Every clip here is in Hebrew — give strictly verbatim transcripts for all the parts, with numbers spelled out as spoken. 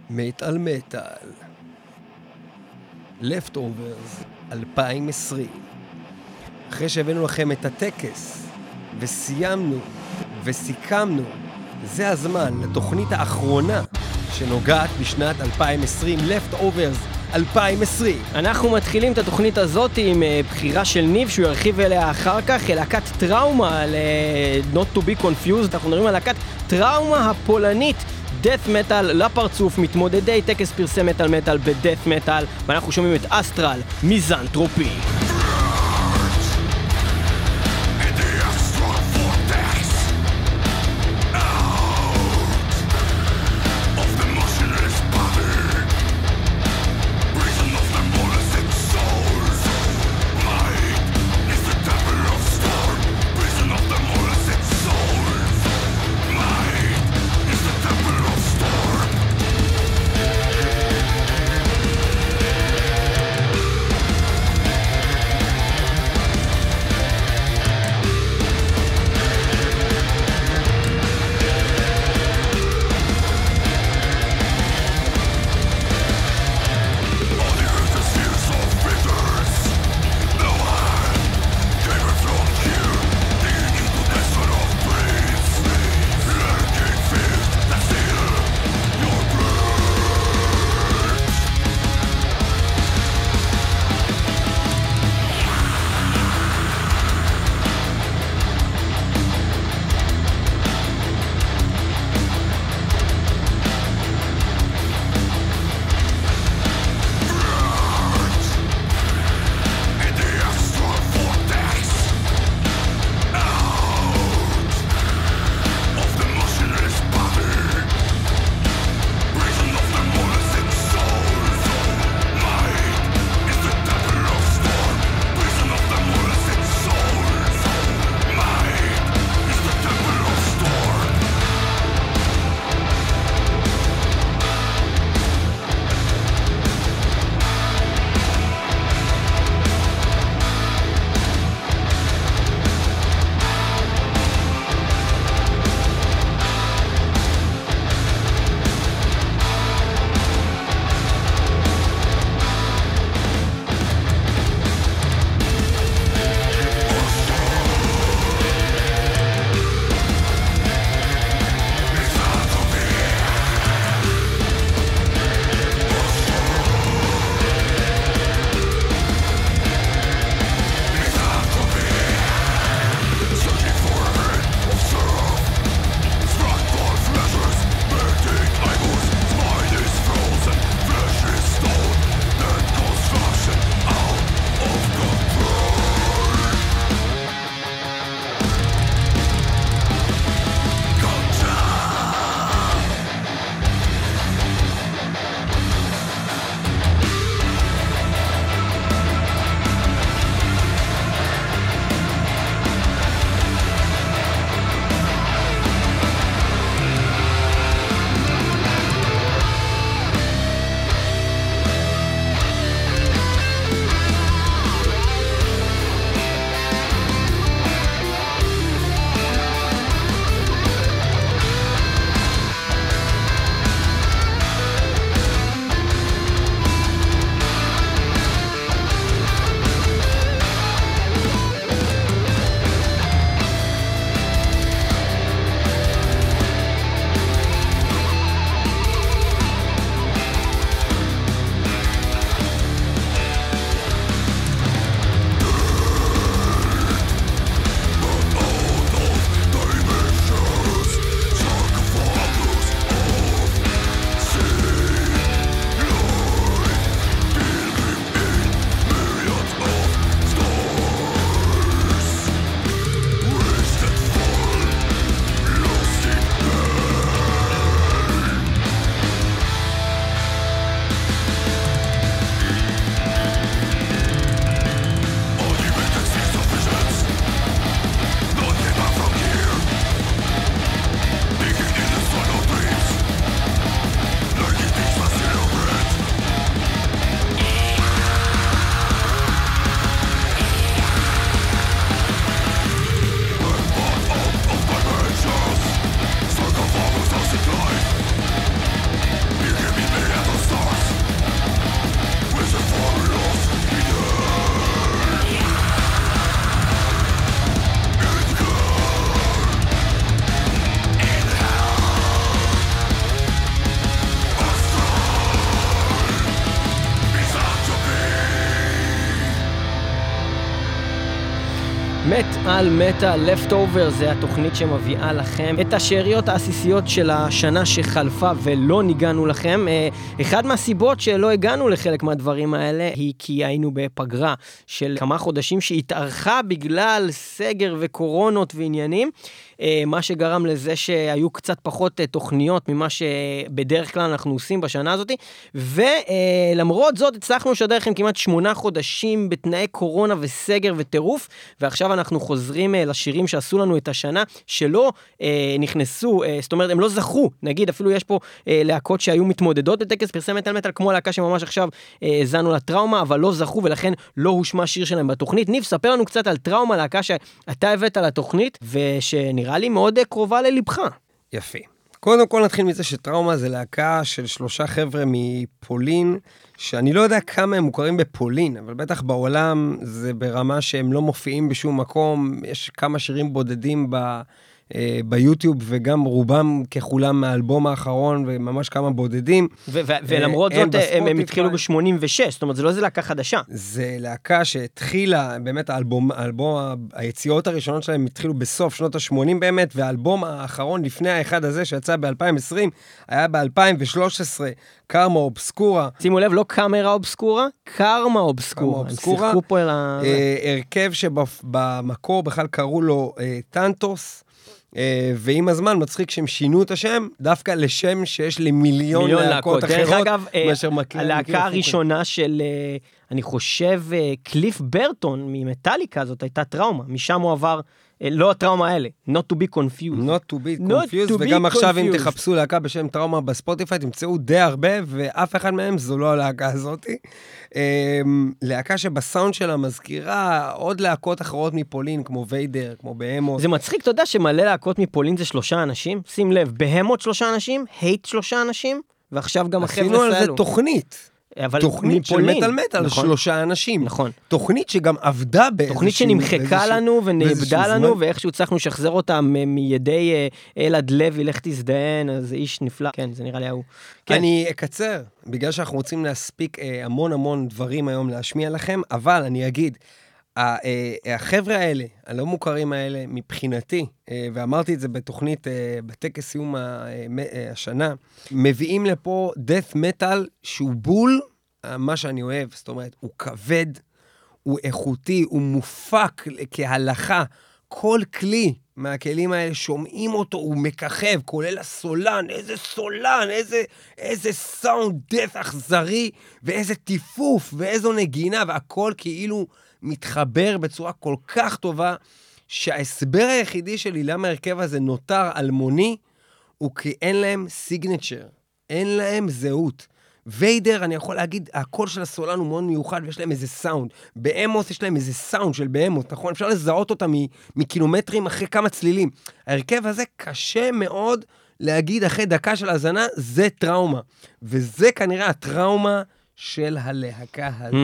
מטל מטל לפטאוברס אלפיים עשרים. אחרי שהבאנו לכם את הטקס וסיימנו וסיכמנו, זה הזמן לתוכנית האחרונה שנוגעת בשנת אלפיים עשרים, לפטאוברס אלפיים עשרים. אנחנו מתחילים את התוכנית הזאת עם בחירה של ניב שהוא ירחיב אליה אחר כך, להקת טראומה, על Not to be confused. אנחנו מדברים על להקת טראומה הפולנית, death metal לפרצוף, מתמודדי טקס פרסי מטל מטל ב-death metal, ואנחנו שומעים את אסטרל מיזנטרופי. על מטל לפטאובר, זה התוכנית שמביאה לכם את השאריות העסיסיות של השנה שחלפה ולא ניגענו לכם. אחד מהסיבות שלא הגענו לחלק מהדברים האלה היא כי היינו בפגרה של כמה חודשים שהתארכה בגלל סגר וקורונות ועניינים, מה שגרם לזה שהיו קצת פחות תוכניות ממה שבדרך כלל אנחנו עושים בשנה הזאת, ולמרות זאת הצלחנו לשדר לכם כמעט שמונה חודשים בתנאי קורונה וסגר וטירוף, ועכשיו אנחנו חוזרים לשירים שעשו לנו את השנה, שלא נכנסו, זאת אומרת הם לא זכו, נגיד אפילו יש פה להקות שהיו מתמודדות בטקס פרסי מטל מטל, כמו להקה שממש עכשיו זנו לטראומה, אבל לא זכו ולכן לא הושמע שיר שלהם בתוכנית. ניב, ספר לנו קצת על טראומה, להקה שאתה הבאת לתוכנית ושנראה לי מאוד קרובה ללבך. יפה. קודם כל נתחיל מזה שטראומה זה להקה של שלושה חבר'ה מפולין, שאני לא יודע כמה הם מוכרים בפולין, אבל בטח בעולם זה ברמה שהם לא מופיעים בשום מקום, יש כמה שירים בודדים ב... ביוטיוב, וגם רובם ככולם מהאלבום האחרון, וממש כמה בודדים. ולמרות זאת, הם התחילו ב-שמונים ושש, זאת אומרת, זה לא איזה להקה חדשה. זה להקה שהתחילה, באמת האלבום, האלבום, היציאות הראשונות שלהם התחילו בסוף שנות ה-שמונים באמת, והאלבום האחרון לפני האחד הזה, שיצא ב-אלפיים ועשרים, היה ב-אלפיים ושלוש עשרה, קרמה אובסקורה. שימו לב, לא קאמרה אובסקורה, קרמה אובסקורה. הם שיחקו פה אל ה... הרכב שבמקור בכלל קראו לו טנטוס, ועם הזמן מצחיק שהם שינו את השם, דווקא לשם שיש למיליון להקות אחרות. דרך אגב, הלהקה הראשונה של, אני חושב, קליף ברטון ממטליקה, זאת הייתה טראומה, משם הוא עבר, לא הטראומה האלה, not to be confused. not to be confused, וגם עכשיו אם תחפשו להקה בשם טראומה בספוטיפיי, תמצאו די הרבה, ואף אחד מהם זו לא הלהקה הזאת. להקה שבסאונד שלה מזכירה עוד להקות אחרות מפולין, כמו ויידר, כמו בהמות. זה מצחיק, אתה יודע שמלא להקות מפולין זה שלושה אנשים? שים לב, בהמות שלושה אנשים, הייט שלושה אנשים, ועכשיו גם החבר'ה עשינו על זה תוכנית. אבל תוכנית של מטל מטל, נכון. שלושה אנשים. נכון. תוכנית שגם עבדה באיזשהו... תוכנית שנמחקה לנו ונאבדה לנו, ואיכשהו צריכנו לשחזר אותה מידי אלעד לוי, לך תזדהן, אז זה איש נפלא. כן, זה נראה לי ההוא. כן. אני אקצר, בגלל שאנחנו רוצים להספיק המון המון דברים היום להשמיע לכם, אבל אני אגיד, החבר'ה האלה, הלא מוכרים האלה, מבחינתי, ואמרתי את זה בתוכנית, בטקס סיום השנה, מביאים לפה death metal שהוא בול, מה שאני אוהב, זאת אומרת, הוא כבד, הוא איכותי, הוא מופק כהלכה, כל כלי מהכלים האלה שומעים אותו, הוא מככב, כולל הסולן, איזה סולן, איזה, איזה סאונד death אכזרי, ואיזה טיפוף, ואיזו נגינה, והכל כאילו מתחבר בצורה כל כך טובה, שההסבר היחידי שלי למה הרכב הזה נותר אלמוני, הוא כי אין להם סיגנצ'ר, אין להם זהות. ויידר, אני יכול להגיד, הקול של הסולן הוא מאוד מיוחד, ויש להם איזה סאונד. באמוס יש להם איזה סאונד של באמוס, נכון? אפשר לזהות אותה מקילומטרים אחרי כמה צלילים. ההרכב הזה קשה מאוד להגיד אחרי דקה של הזנה, זה טראומה. וזה כנראה הטראומה של הלהקה הזאת.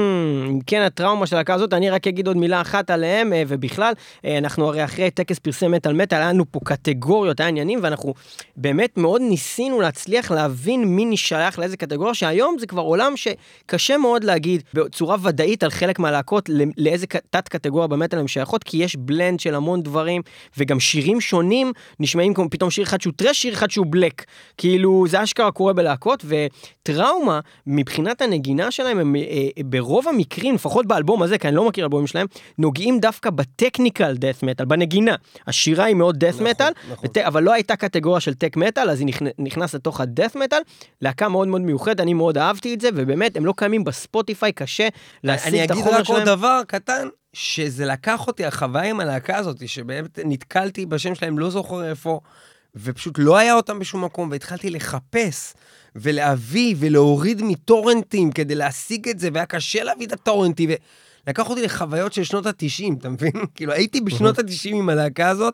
כן, הטראומה של הלהקה הזאת, אני רק אגיד עוד מילה אחת עליהם, ובכלל, אנחנו הרי אחרי טקס פרסי מטל מטל, היה לנו פה קטגוריות, היה עניינים, ואנחנו באמת מאוד ניסינו להצליח להבין מי נשלח לאיזה קטגוריה, שהיום זה כבר עולם שקשה מאוד להגיד בצורה ודאית על חלק מהלהקות, לאיזה תת קטגוריה במטל הם שייכות, כי יש בלנד של המון דברים, וגם שירים שונים נשמעים כמו פתאום שיר אחד שהוא טרש, שיר אחד שהוא בלק. כאילו, זה אשכרה קורה בלהקות, וטראומה, מבחינת הנגינה שלהם, הם ברוב המקרים, לפחות באלבום הזה, כי אני לא מכיר אלבומים שלהם, נוגעים דווקא בטכניקל דאט מטל, בנגינה. השירה היא מאוד דאט מטל, אבל לא הייתה קטגוריה של טק מטל, אז היא נכנס לתוך הדאט מטל, להקה מאוד מאוד מיוחד, אני מאוד אהבתי את זה, ובאמת, הם לא קיימים בספוטיפיי, קשה להשיג את החומר שלהם. אני אגיד רק עוד דבר קטן, שזה לקח אותי, החוויה עם הלהקה הזאת, שבאמת נתקלתי בשם שלהם, לא זוכר איפה, ופשוט לא היה אותם בשום מקום, והתחלתי לחפש, ולהביא ולהוריד מטורנטים, כדי להשיג את זה, והיה קשה להביא את הטורנטים, ולקח אותי לחוויות של שנות ה-תשעים, אתה מבין? כאילו, הייתי בשנות ה-תשעים עם הלהקה הזאת,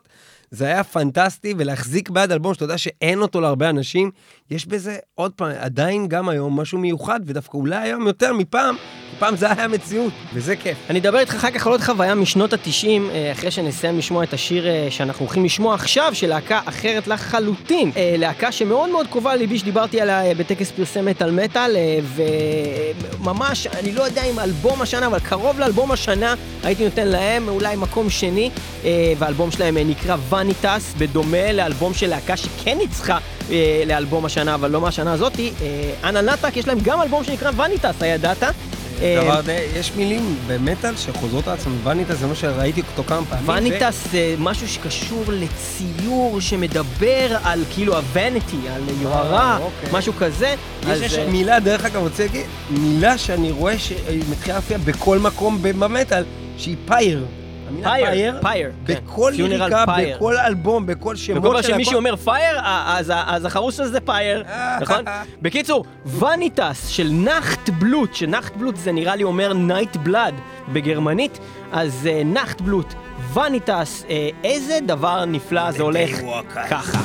זה היה פנטסטי, ולהחזיק בעד אלבום שאתה יודע שאין אותו להרבה אנשים, יש בזה עוד פעם, עדיין גם היום משהו מיוחד, ודווקא אולי היום יותר מפעם, כי פעם זה היה מציאות, וזה כיף. אני אדבר איתך אחר כך על עוד חוויה משנות ה-תשעים, אחרי שנסיים לשמוע את השיר שאנחנו הולכים לשמוע עכשיו, של להקה אחרת לחלוטין. להקה שמאוד מאוד קרובה לליבי, שדיברתי עליה בטקס פרסי מטל מטל, וממש, אני לא יודע אם אלבום השנה, אבל קרוב לאלבום השנה, הייתי נותן להם אולי מקום שני, והאלבום שלהם נקרא וניטס, בדומה לאלבום של להקה שכן ניצחה לאלבום השנה, אבל לא מהשנה הזאת. אנלנטק, יש להם גם אלבום שנקרא וניטס, הידעת? דבר די, יש מילים במטל שחוזרות על עצמם, וניטס זה מה שראיתי אותו כמה פעמים. וניטס זה משהו שקשור לציור שמדבר על כאילו הוונטי, על יוהרה, משהו כזה. יש מילה, דרך אגב, רוצה להגיד, מילה שאני רואה שהיא מתחילה להופיע בכל מקום במטל, שהיא פייר. פייר, פייר. בכל יריקה, בכל אלבום, בכל שמות בכל פעם שמישהו אומר פייר, אז החרוס הזה זה פייר, נכון? בקיצור, וניטס של נחט בלוט, שנחט בלוט זה נראה לי אומר נייט בלאד בגרמנית, אז נחט בלוט, וניטס, איזה דבר נפלא זה הולך ככה.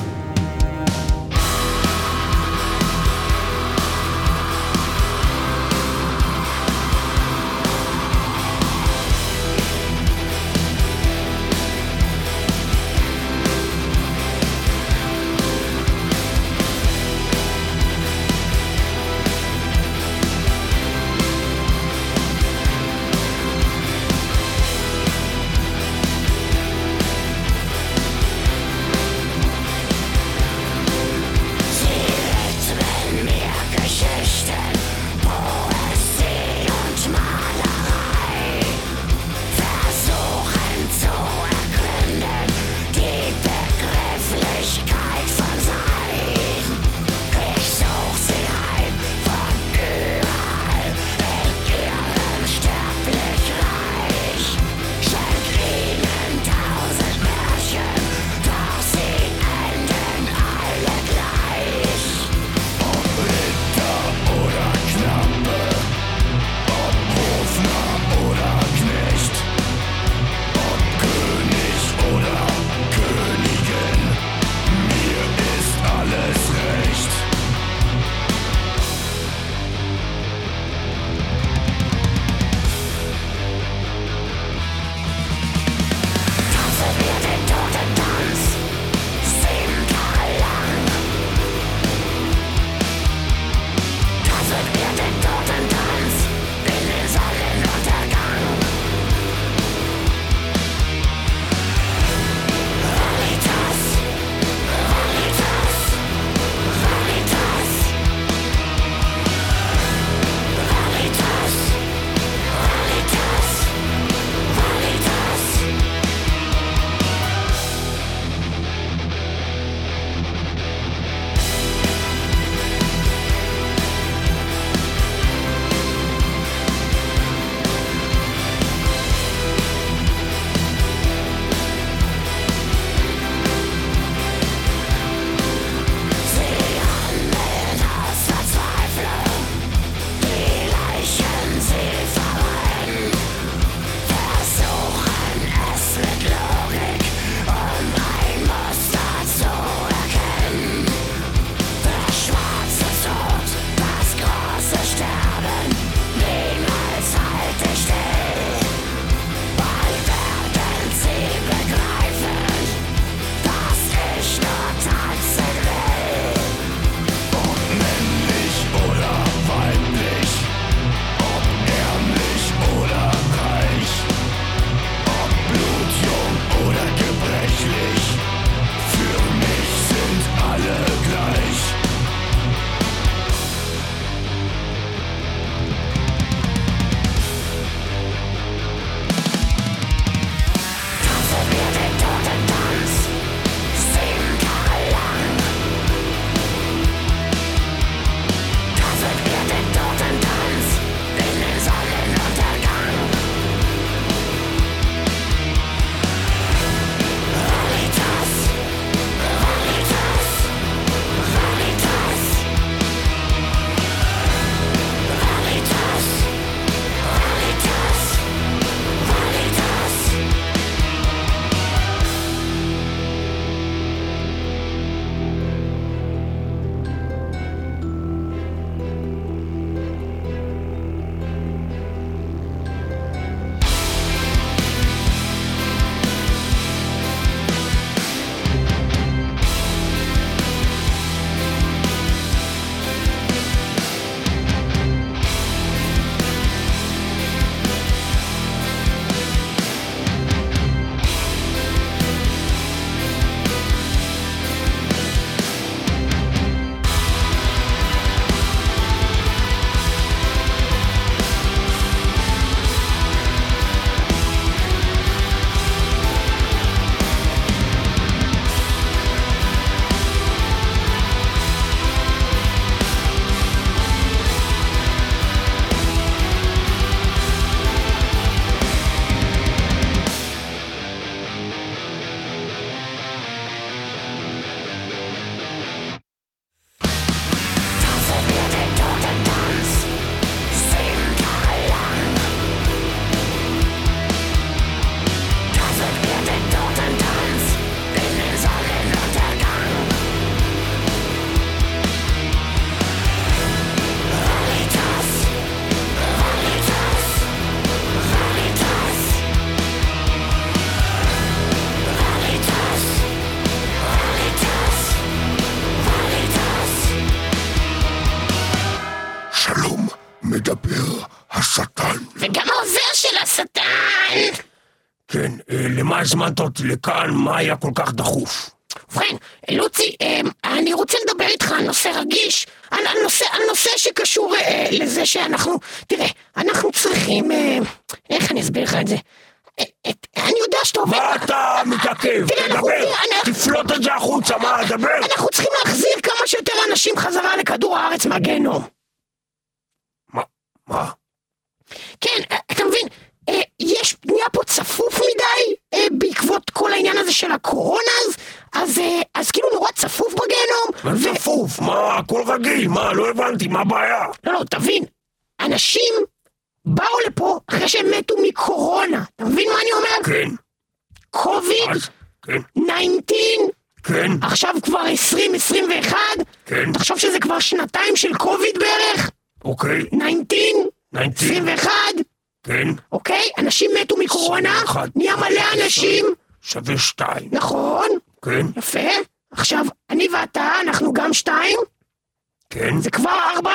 למה הזמנת אותי לכאן? מה היה כל כך דחוף? ובכן, לוצי, אני רוצה לדבר איתך על נושא רגיש, על נושא, על נושא שקשור לזה שאנחנו, תראה, אנחנו צריכים, איך אני אסביר לך את זה? אני יודע שאתה עובד... מה אתה מתעכב? תדבר, תפלוט את זה החוצה, מה, דבר? אנחנו צריכים להחזיר כמה שיותר אנשים חזרה לכדור הארץ מהגיהנום. מה? מה? כן, אתה מבין, יש נהיה פה צפוף מדי בעקבות כל העניין הזה של הקורונה, אז, אז כאילו נורא צפוף בגיהנום. מה צפוף? מה? הכל רגיל, מה? לא הבנתי, מה הבעיה? לא, לא, תבין, אנשים באו לפה אחרי שהם מתו מקורונה, אתה מבין מה אני אומר? כן. קוביד, כן. תשע עשרה, כן. עכשיו כבר עשרים עשרים ואחת, כן. תחשוב שזה כבר שנתיים של קוביד בערך. אוקיי. תשע עשרה, עשרים ואחת, כן. אוקיי, אנשים מתו מקורונה, נהיה מלא אנשים. שווה שתיים. נכון. כן. יפה. עכשיו, אני ואתה, אנחנו גם שתיים. כן. זה כבר ארבע.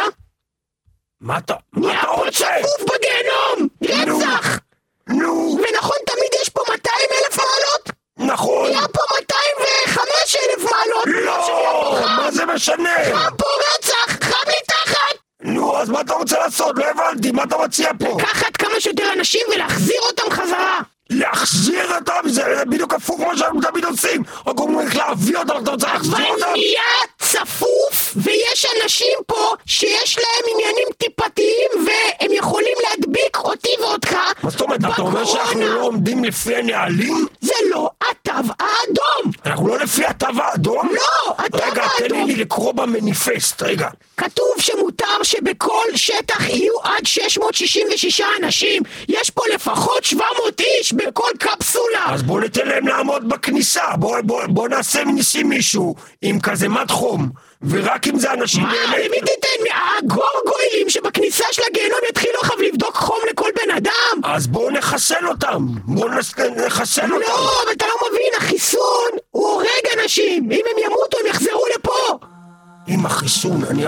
מה אתה, מה אתה רוצה? נהיה פה צפוף בגיהנום! רצח! נו. ונכון, תמיד יש פה מאתיים אלף מעלות? נכון. נהיה פה מאתיים וחמש אלף מעלות. לא, מה זה משנה? חם פה רצח, חם לי תחת! נו, אז מה אתה רוצה לעשות? לא הבנתי, מה אתה מציע פה? לקחת כמה שיותר אנשים ולהחזיר אותם חזרה. להחזיר אותם? זה בדיוק הפוך מה שאנחנו תמיד עושים. רק אומרים איך להביא אותם, אתה רוצה להחזיר אותם? אבל נהיה צפוף, ויש אנשים פה שיש להם עניינים טיפתיים, והם יכולים להדביק אותי ואותך. מה זאת אומרת? אתה אומר שאנחנו לא עומדים לפי הנהלים? זה לא התו האדום. אנחנו לא לפי התו האדום? לא, התו האדום. רגע, תן לי לקרוא במניפסט, רגע. כתוב שמותר שבכל שטח יהיו עד שש מאות שישים ושש אנשים. יש פה לפחות שבע מאות איש בכל קפסולה. אז בוא ניתן להם לעמוד בכניסה. בוא, בוא, בוא נעשה ניסים מישהו עם כזה מד חום. ורק אם זה אנשים... מה? למי תיתן? הגורגוילים שבכניסה של הגיהנום יתחילו לך לבדוק חום לכל בן אדם. אז בואו נחסל אותם. בואו נחסל אותם. לא, אבל אתה לא מבין, החיסון הוא הורג אנשים. אם הם ימותו, הם יחזרו לפה. אם החיסון, אני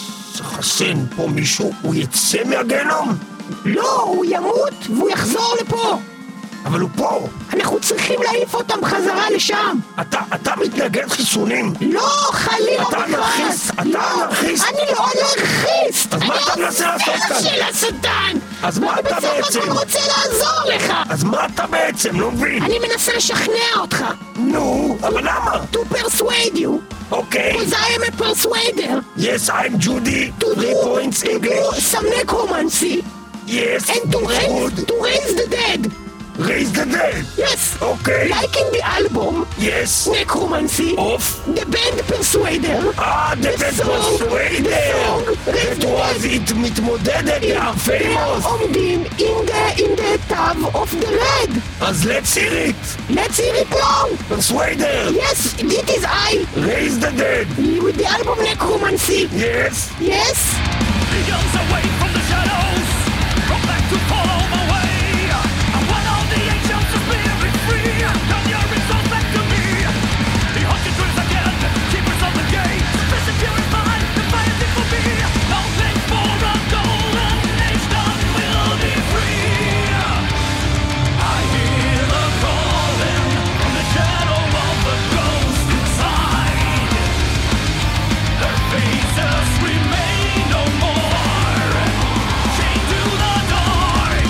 אחסן פה מישהו, הוא יצא מהגיהנום? לא, הוא ימות והוא יחזור לפה. אבל הוא פה. אנחנו צריכים להעיף אותם חזרה לשם. אתה, אתה מתנגד חיסונים? לא, חלילה. אתה אנרכיסט, אתה אנרכיסט. אני לא אנרכיסט. אז מה אתה מנסה לעשות כאן? אני של השטן. אז מה אתה בעצם? אני רוצה לעזור לך. אז מה אתה בעצם? לא מבין. אני מנסה לשכנע אותך. נו, אבל למה? To persuade you. Okay. Because I am a persuader. Yes, I'm Judy. To Three do, points to English. do some necromancy. Yes. And to raise, to raise the dead. Raise the dead. Yes. Okay. Like in the album. Yes. Necromancy. Of? The band Persuader. Ah, the band Persuader. That was it מתמודדת. Yeah, famous. עומדים in the, in the tub of the red. אז let's hear it. Let's hear it now. Persuader. Yes, it is I. Raise the dead. With the album Necromancy. Yes. Yes. Begins away from the shadows, from back to follow my way. I want all the angels to spirit free. Come your results back to me. The haunted dreams again, keepers of the gate. Listen, purify, the fire thing for me. No place for a golden age, none will be free. I hear the calling from the shadow of the ghost inside. Their faces remain no more. Chained to the dark,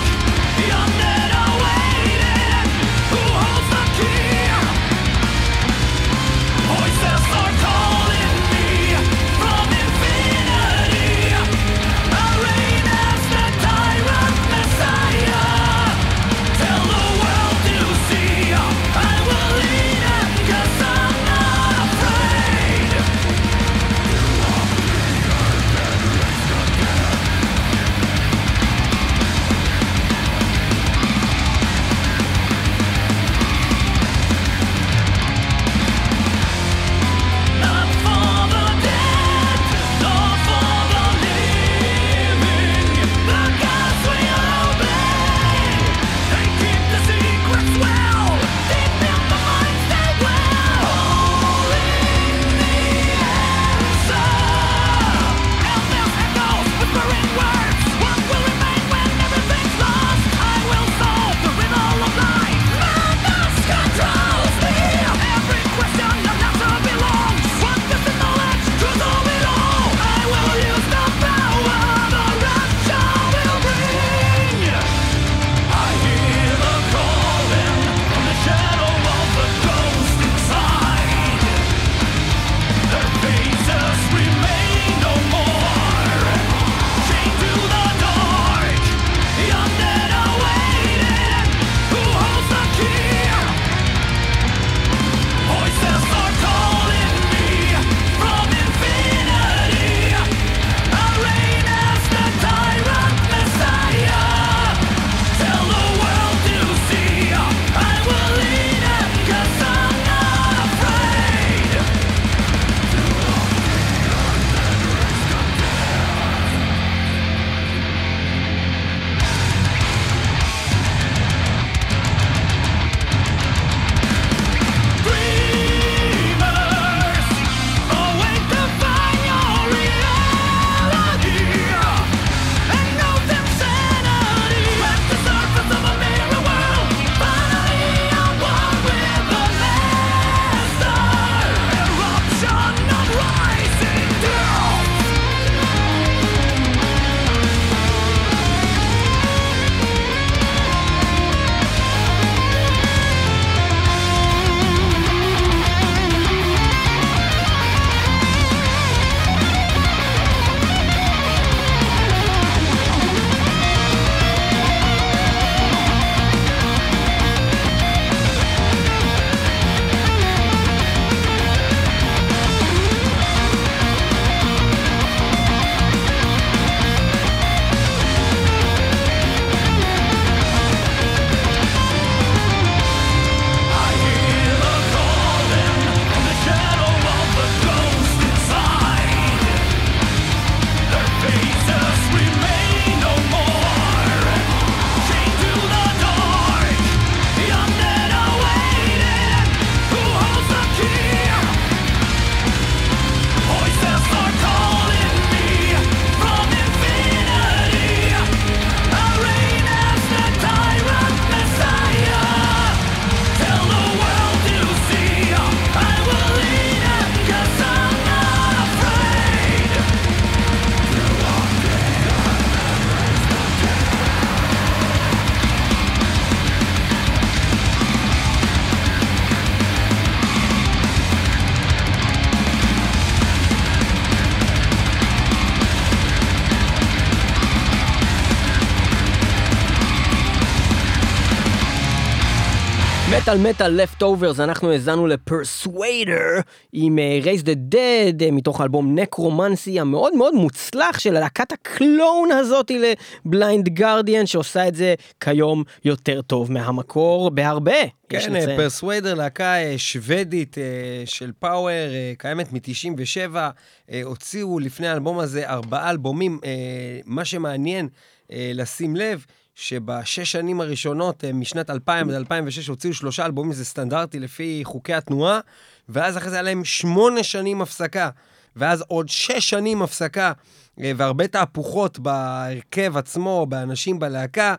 מטל מטל לפטוברס, אנחנו הזנו לפרסוויידר עם Raise the Dead מתוך האלבום נקרומנסי המאוד מאוד מוצלח של הלהקת הקלון הזאת לבליינד גרדיאן, שעושה את זה כיום יותר טוב מהמקור בהרבה. כן, פרסוויידר, להקה שוודית של פאוור, קיימת מ-תשעים ושבע, הוציאו לפני האלבום הזה ארבעה אלבומים. מה שמעניין לשים לב, שבשש שנים הראשונות, משנת אלפיים עד אלפיים ושש, הוציאו שלושה אלבומים, זה סטנדרטי לפי חוקי התנועה, ואז אחרי זה היה להם שמונה שנים הפסקה, ואז עוד שש שנים הפסקה, והרבה תהפוכות בהרכב עצמו, באנשים בלהקה,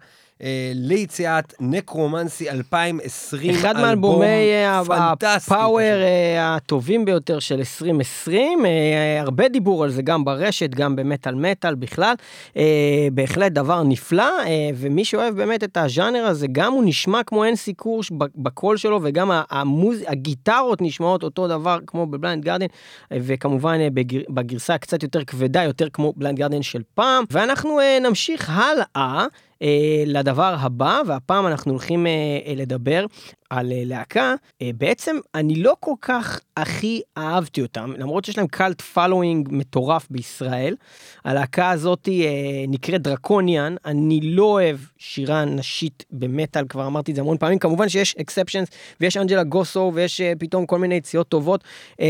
ליציאת נקרומנסי אלפיים עשרים, אחד מאלבומי הפאוור הטובים ביותר של עשרים עשרים, הרבה דיבור על זה גם ברשת, גם במטל מטל בכלל, בהחלט דבר נפלא, ומי שאוהב באמת את הז'אנר הזה, גם הוא נשמע כמו אין סיקור בקול שלו, וגם המוז... הגיטרות נשמעות אותו דבר כמו בבליינד גרדיאן, וכמובן בגרסה קצת יותר כבדה, יותר כמו בליינד גרדיאן של פעם, ואנחנו נמשיך הלאה, לדבר הבא, והפעם אנחנו הולכים לדבר על להקה. בעצם אני לא כל כך הכי אהבתי אותם, למרות שיש להם קלט פולווינג מטורף בישראל. הלהקה הזאת נקראת דרקוניאן, אני לא אוהב שירה נשית במטל, כבר אמרתי את זה המון פעמים, כמובן שיש אקספשנס, ויש אנג'לה גוסו, ויש פתאום כל מיני יציאות טובות,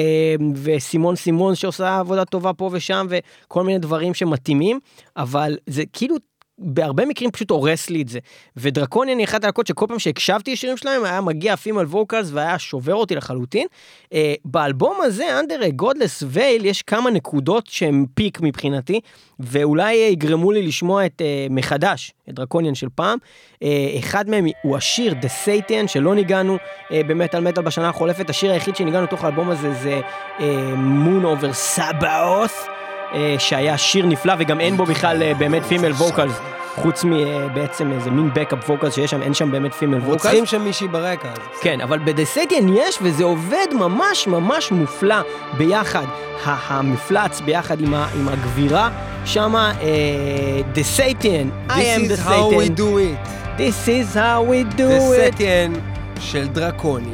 וסימון סימון שעושה עבודה טובה פה ושם, וכל מיני דברים שמתאימים, אבל זה כאילו בהרבה מקרים פשוט הורס לי את זה. ודרקוניאן היא אחת הלהקות שכל פעם שהקשבתי לשירים שלהם, היה מגיע פימל ווקלס והיה שובר אותי לחלוטין. Uh, באלבום הזה, Under a Godless Veil, יש כמה נקודות שהם פיק מבחינתי, ואולי יגרמו לי לשמוע את uh, מחדש, את דרקוניאן של פעם. Uh, אחד מהם הוא השיר The Satan, שלא ניגענו uh, במטל מטל בשנה החולפת. השיר היחיד שניגענו תוך האלבום הזה זה uh, Moon Over Sabaoth, שהיה שיר נפלא, וגם אין בו בכלל באמת פימל ווקלס, חוץ מבעצם איזה מין בקאפ ווקלס שיש שם, אין שם באמת פימל ווקלס. רוצים שם מישהי ברקע. כן, אבל בדסטיאן יש, וזה עובד ממש ממש מופלא ביחד. המפלץ ביחד עם, עם הגבירה, שמה דסטיאן, I am This is how we do it. This is how we do it. דסטיאן של דרקוניאן.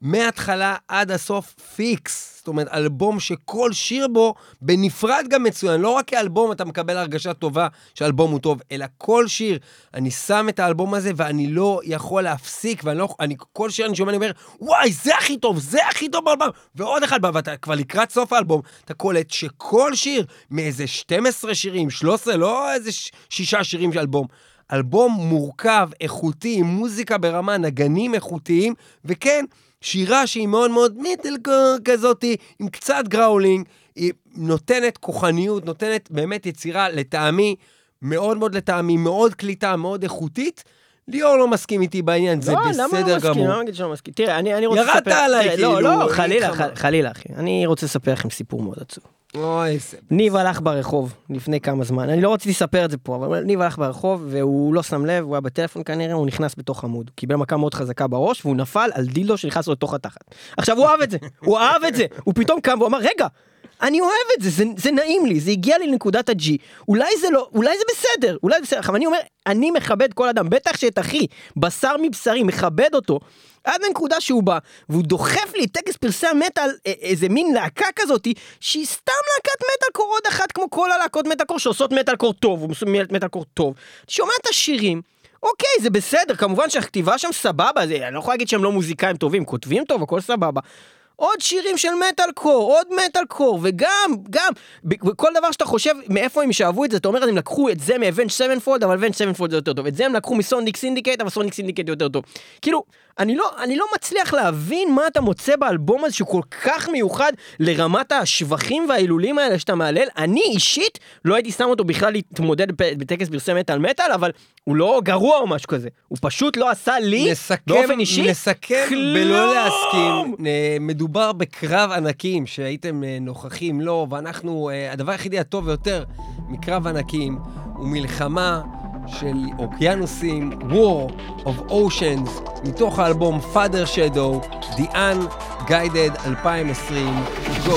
מההתחלה עד הסוף פיקס. זאת אומרת, אלבום שכל שיר בו בנפרד גם מצוין. לא רק כאלבום אתה מקבל הרגשה טובה שהאלבום הוא טוב, אלא כל שיר, אני שם את האלבום הזה ואני לא יכול להפסיק, ואני לא, אני, כל שיר אני שומע, אני אומר, וואי, זה הכי טוב, זה הכי טוב באלבום. ועוד אחד, ואתה כבר לקראת סוף האלבום, אתה קולט שכל שיר, מאיזה שתים עשרה שירים, שלוש עשרה, לא איזה שישה שירים של אלבום, אלבום מורכב, איכותי, עם מוזיקה ברמה, נגנים איכותיים, וכן, שירה שהיא מאוד מאוד מיטלקור כזאת, עם קצת גראולינג, היא נותנת כוחניות, נותנת באמת יצירה לטעמי, מאוד מאוד לטעמי, מאוד קליטה, מאוד איכותית. ליאור לא מסכים איתי בעניין, זה בסדר גמור. לא, למה לא מסכים? למה נגיד שלא מסכים? תראה, אני רוצה לספר... ירדת עליי, כאילו. לא, לא, חלילה, חלילה, אחי. אני רוצה לספר לכם סיפור מאוד עצוב. אוי, זה... ניב הלך ברחוב לפני כמה זמן, אני לא רציתי לספר את זה פה, אבל ניב הלך ברחוב והוא לא שם לב, הוא היה בטלפון כנראה, הוא נכנס בתוך עמוד, הוא קיבל מכה מאוד חזקה בראש, והוא נפל על דילדו שנכנס לו לתוך התחת. עכשיו הוא אהב את זה, הוא אהב את זה, הוא פתאום קם והוא אמר, רגע, אני אוהב את זה, זה, זה נעים לי, זה הגיע לי לנקודת הג'י, אולי זה לא, אולי זה בסדר, אולי זה בסדר, אבל אני אומר, אני מכבד כל אדם, בטח שאת אחי, בשר מבשרי, מכבד אותו, עד לנקודה שהוא בא, והוא דוחף לי טקס פרסי המטל, איזה מין להקה כזאת, שהיא סתם להקת מטל קור עוד אחת, כמו כל הלהקות מטל קור, שעושות מטל קור טוב, הוא מטל קור טוב, שומע את השירים, אוקיי, זה בסדר, כמובן שהכתיבה שם סבבה, זה, אני לא יכול להגיד שהם לא מוזיקאים טובים, כותבים טוב, הכל סבבה, עוד שירים של מטל קור, עוד מטל קור, וגם, גם, כל דבר שאתה חושב, מאיפה הם שאהבו את זה, אתה אומר, הם לקחו את זה מאבנג' סבנפולד, אבל אבנג' סבנפולד זה יותר טוב, את זה הם לקחו מסונדיק סינדיקט, אבל סונדיק סינדיקט יותר טוב. כאילו, אני לא, אני לא מצליח להבין מה אתה מוצא באלבום הזה, שהוא כל כך מיוחד לרמת השבחים והאילולים האלה שאתה מעלל. אני אישית לא הייתי שם אותו בכלל להתמודד בטקס פרסי מטל מטל, אבל הוא לא גרוע או משהו כזה. הוא פשוט לא עשה לי נסכם, באופן אישי. נסכם בלא להסכים. מדובר בקרב ענקים שהייתם נוכחים לו, ואנחנו, הדבר היחידי הטוב יותר מקרב ענקים הוא מלחמה של אוקיינוסים, War of Oceans, מתוך האלבום Father Shadow, The Unguided אלפיים עשרים, Go!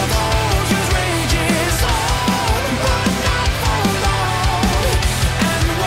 And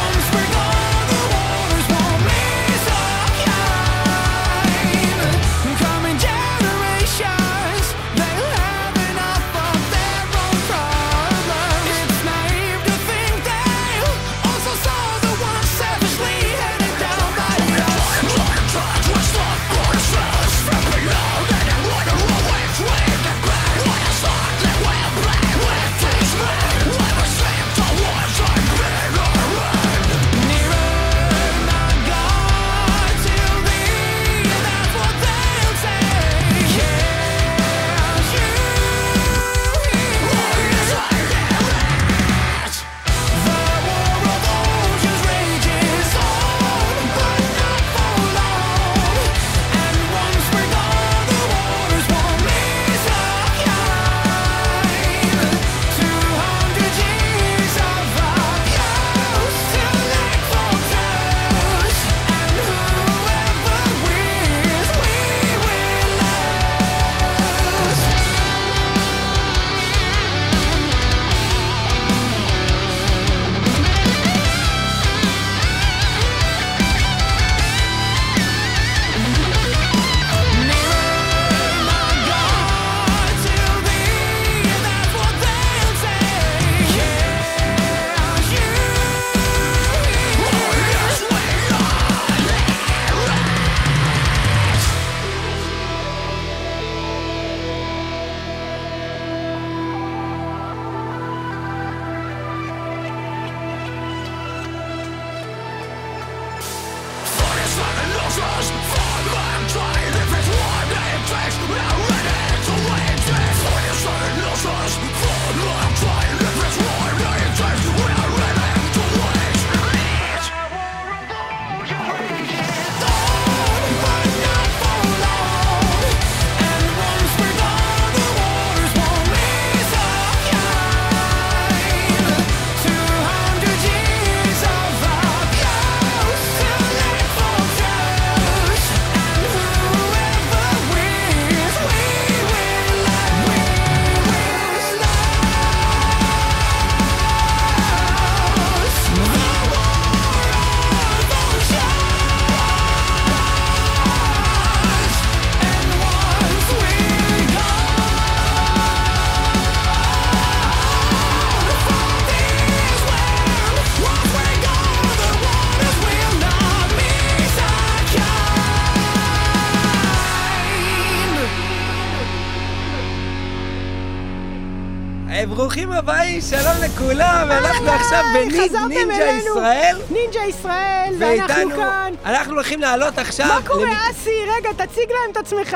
ברוכים הבאים, שלום לכולם, ואנחנו עכשיו בנינג'ה ישראל. נינג'ה ישראל, ואנחנו כאן. אנחנו הולכים לעלות עכשיו... מה קורה, אסי? רגע, תציג להם את עצמך.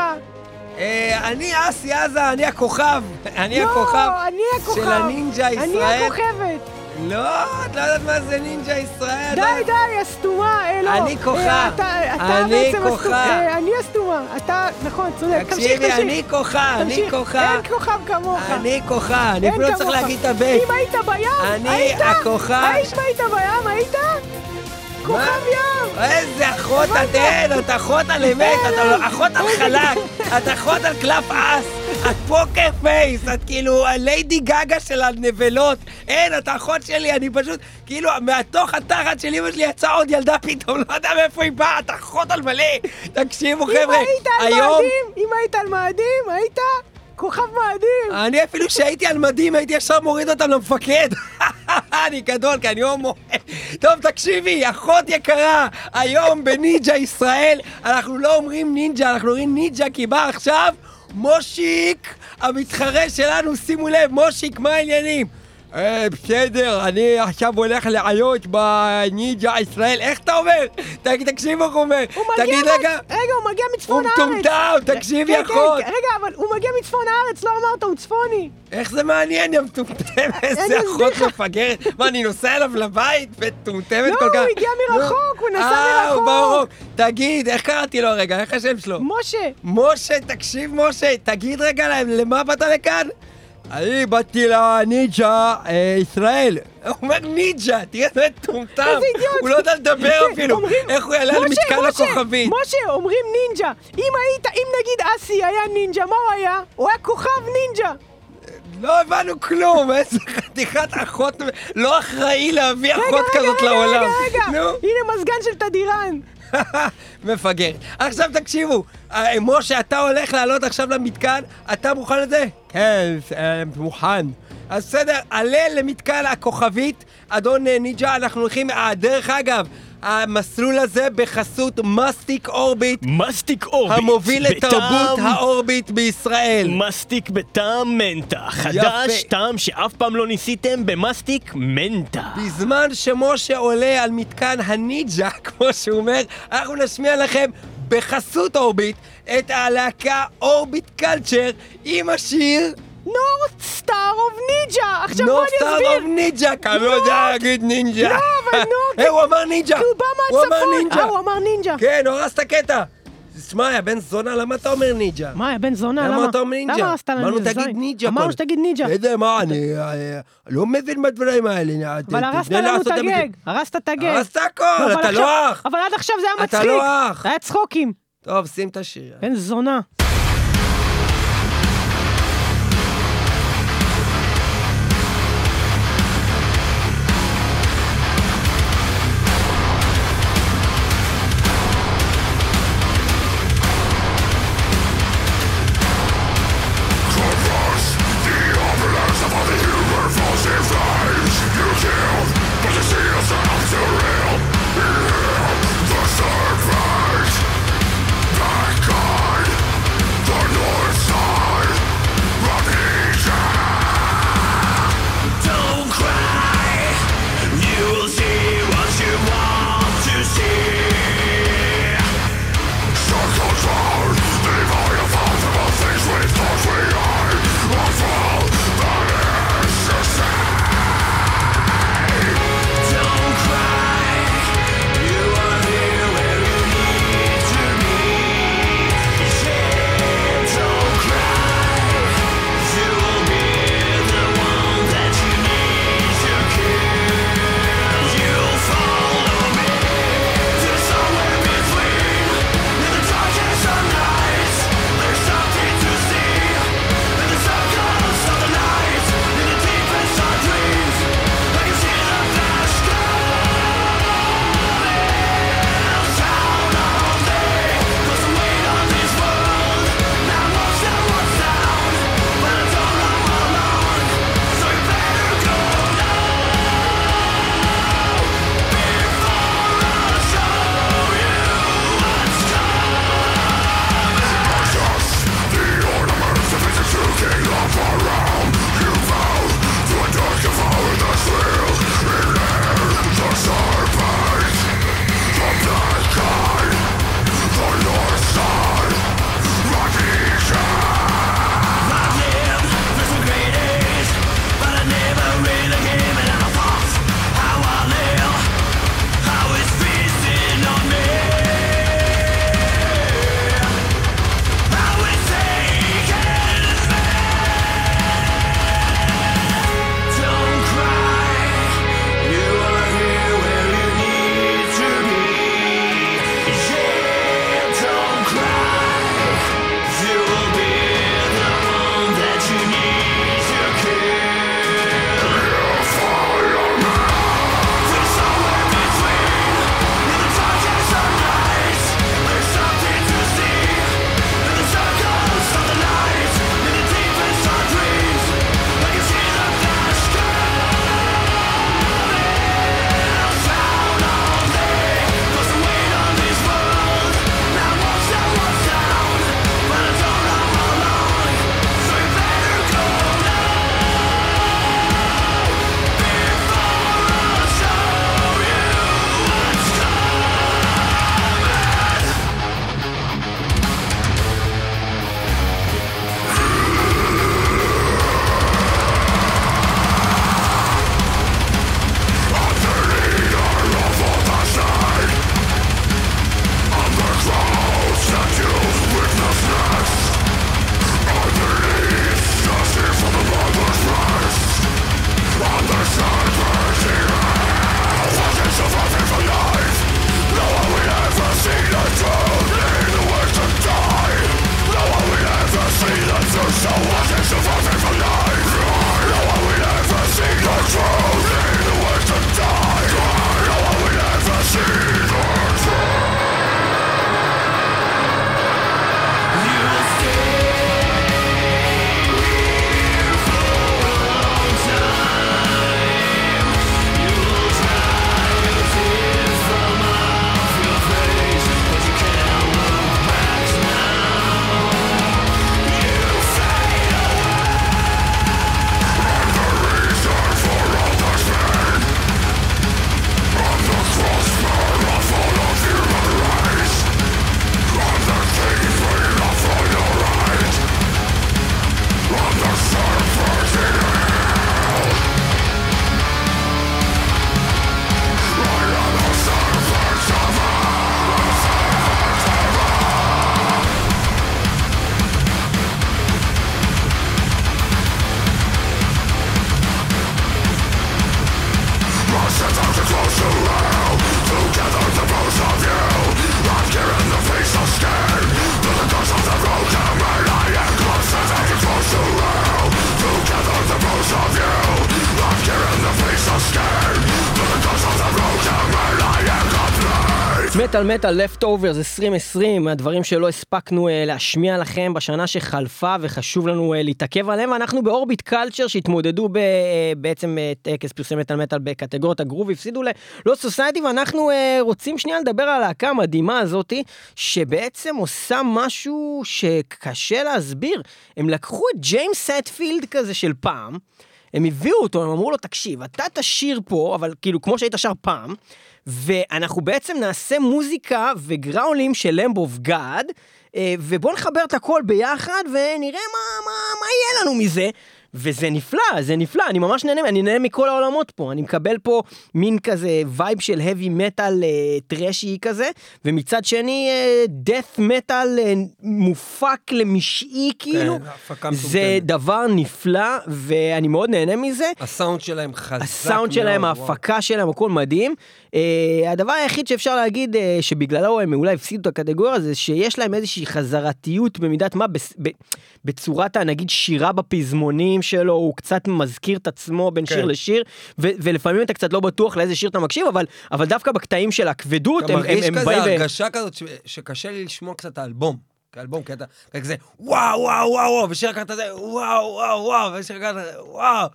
אני אסי עזה, אני הכוכב. אני הכוכב של הנינג'ה ישראל. אני הכוכבת. לא, את לא יודעת מה זה נינג'ה ישראל. די, די, הסתומה, לא. אני כוכב. אני כוכב. אני הסתומה. אתה, נכון, צודק. תקשיבי, אני כוכב, אני כוכב. אין כוכב כמוך. אני כוכב, אני אפילו לא צריך להגיד את הבית. אם היית בים, אני הכוכב. אם היית בים, היית? כוכב ים! איזה אחות אתן, את אחות על אמת, את אחות על חלק, את אחות על קלף אס, את פוקר פייס, את כאילו הליידי גגה של הנבלות. אין, את האחות שלי, אני פשוט, כאילו, מהתוך התחת של אמא שלי יצאה עוד ילדה פתאום, לא יודע מאיפה היא באה, את אחות על מלא. תקשיבו חבר'ה, אם היית על מאדים, אם היית על מאדים, היית... כוכב מאדים! אני אפילו שהייתי על מדים הייתי ישר מוריד אותם למפקד. אני גדול, כי אני הומו. טוב, תקשיבי, אחות יקרה, היום בנינג'ה ישראל אנחנו לא אומרים נינג'ה, אנחנו אומרים נינג'ה, כי בא עכשיו מושיק, המתחרה שלנו. שימו לב, מושיק, מה העניינים? אה, בסדר, אני עכשיו הולך לעלות בנינג'ה ישראל. איך אתה אומר? תקשיב איך הוא אומר. תגיד רגע. רגע, הוא מגיע מצפון הארץ. הוא מטומטם, תקשיבי אחות. רגע, אבל הוא מגיע מצפון הארץ, לא אמרת, הוא צפוני. איך זה מעניין, יא מטומטם, איזה אחות מפגרת. מה, אני נוסע אליו לבית וטומטמת כל כך? לא, הוא הגיע מרחוק, הוא נסע מרחוק. אה, הוא ברוק. תגיד, איך קראתי לו רגע? איך השם שלו? משה. משה, תקשיב משה, תגיד רגע להם, למה באת לכאן? אני באתי לנינג'ה ישראל. הוא אומר נינג'ה, תראה זה טומטם. איזה אידיוט. הוא לא יודע לדבר אפילו. איך הוא יעלה למשכן הכוכבית. משה, אומרים נינג'ה. אם היית, אם נגיד אסי היה נינג'ה, מה הוא היה? הוא היה כוכב נינג'ה. לא הבנו כלום, איזה חתיכת אחות, לא אחראי להביא אחות כזאת לעולם. רגע, רגע, רגע, הנה מזגן של תדירן. מפגר. עכשיו תקשיבו, משה, אתה הולך לעלות עכשיו למתקן, אתה מוכן לזה? כן, מוכן. אז בסדר, עלה למתקן הכוכבית, אדון נינג'ה, אנחנו הולכים, דרך אגב, המסלול הזה בחסות מסטיק אורביט. מסטיק אורביט. המוביל לתרבות האורביט בישראל. מסטיק בטעם מנטה. חדש, טעם שאף פעם לא ניסיתם במסטיק מנטה. בזמן שמשה עולה על מתקן הנינג'ה, כמו שהוא אומר, אנחנו נשמיע לכם בחסות אורביט את הלהקה אורביט קלצ'ר עם השיר נורת סטאר אוף נינג'ה. עכשיו בוא אני אסביר. נורת סטאר אוף נינג'ה, כי אני לא יודע להגיד נינג'ה. לא, אבל נורת... הוא אמר נינג'ה. הוא בא מהצפון. אה, הוא אמר נינג'ה. כן, הוא הרס את הקטע. תשמע, יא בן זונה, למה אתה אומר נינג'ה? מה, יא בן זונה, למה? למה אתה אומר נינג'ה? למה הרסת לנו אמרנו נינג'ה? תגיד נינג'ה. אמרנו שתגיד נינג'ה. איזה, מה, אני לא מבין בדברים האלה. אבל הרסת לנו את הגג. הרסת את הגג. הרסת הכל, אתה לא אח. אבל עד עכשיו זה היה מצחיק. אתה לא אח. זה היה צחוקים. טוב, שים את השיר. בן זונה. The surface, that God מטל מטל לפטאוברס עשרים עשרים, הדברים שלא הספקנו uh, להשמיע לכם בשנה שחלפה וחשוב לנו uh, להתעכב עליהם, ואנחנו באורביט קלצ'ר שהתמודדו ב, uh, בעצם uh, טקס פרסי מטל מטל בקטגוריית הגרוב, הפסידו ללוס סוסייטי, ואנחנו uh, רוצים שנייה לדבר על הלהקה המדהימה הזאת, שבעצם עושה משהו שקשה להסביר. הם לקחו את ג'יימס סטפילד כזה של פעם, הם הביאו אותו, הם אמרו לו, תקשיב, אתה תשיר פה, אבל כאילו כמו שהיית שר פעם, ואנחנו בעצם נעשה מוזיקה וגראולים של למב אוף גאד, ובואו נחבר את הכל ביחד, ונראה מה, מה, מה יהיה לנו מזה. וזה נפלא, זה נפלא, אני ממש נהנה, אני נהנה מכל העולמות פה, אני מקבל פה מין כזה וייב של heavy metal טרשי כזה, ומצד שני death metal מופק למשעי כאילו, זה דבר נפלא, ואני מאוד נהנה מזה. הסאונד שלהם חזק מאוד. הסאונד שלהם, ההפקה שלהם, הכל מדהים. הדבר היחיד שאפשר להגיד שבגללו הם אולי הפסידו את הקטגוריה, זה שיש להם איזושהי חזרתיות במידת מה, בצורת נגיד שירה בפזמונים שלו, הוא קצת מזכיר את עצמו בין שיר לשיר, ולפעמים אתה קצת לא בטוח לאיזה שיר אתה מקשיב, אבל דווקא בקטעים של הכבדות, אתה מרגיש כזה הרגשה כזאת שקשה לי לשמוע קצת האלבום, כאלבום, כי אתה כזה וואו וואו וואו, ושיר כזה וואו וואו וואו, ושיר כזה וואו.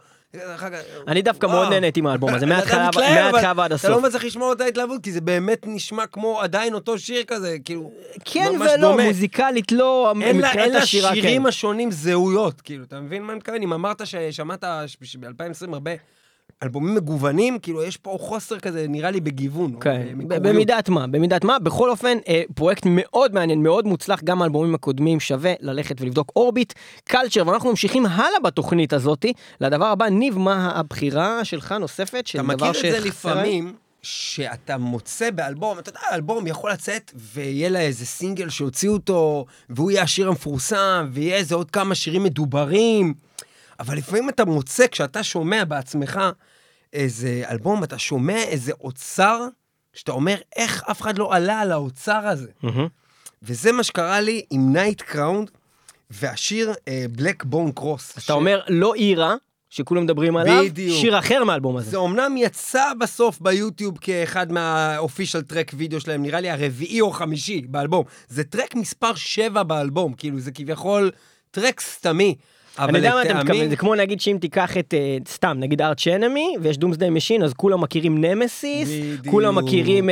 אני דווקא מאוד נהניתי עם האלבום הזה, מההתחלה ועד הסוף. אתה לא מצליח לשמוע אותה התלהבות, כי זה באמת נשמע כמו עדיין אותו שיר כזה, כאילו, כן ולא, מוזיקלית לא, אין לה שירים השונים זהויות, כאילו, אתה מבין מה אני מתכוון? אם אמרת ששמעת ב-אלפיים עשרים הרבה אלבומים מגוונים, כאילו, יש פה חוסר כזה, נראה לי בגיוון. כן, במידת מה, במידת מה. בכל אופן, פרויקט מאוד מעניין, מאוד מוצלח, גם האלבומים הקודמים שווה ללכת ולבדוק אורביט קלצ'ר, ואנחנו ממשיכים הלאה בתוכנית הזאת, לדבר הבא. ניב, מה הבחירה שלך נוספת? אתה מכיר את זה לפעמים, שאתה מוצא באלבום, אתה יודע, האלבום יכול לצאת, ויהיה לה איזה סינגל שהוציאו אותו, והוא יהיה השיר המפורסם, ויהיה איזה עוד כמה שירים מדוברים, אבל לפעמים אתה מוצא, כשאתה שומע בעצמך איזה אלבום, אתה שומע איזה אוצר, שאתה אומר, איך אף אחד לא עלה על האוצר הזה. Mm-hmm. וזה מה שקרה לי עם נייט קראון, והשיר בלק בון קרוס. אתה ש... אומר, לא אירה, שכולם מדברים עליו, בדיוק. שיר אחר מהאלבום הזה. זה אומנם יצא בסוף ביוטיוב, כאחד מהאופישל טרק וידאו שלהם, נראה לי הרביעי או חמישי באלבום. זה טרק מספר שבע באלבום, כאילו זה כביכול טרק סתמי. אני יודע מה אתם מתכוונים, זה כמו נגיד שאם תיקח את, סתם, נגיד ארץ' אנמי, ויש דומסדיי משין, אז כולם מכירים נמסיס, כולם מכירים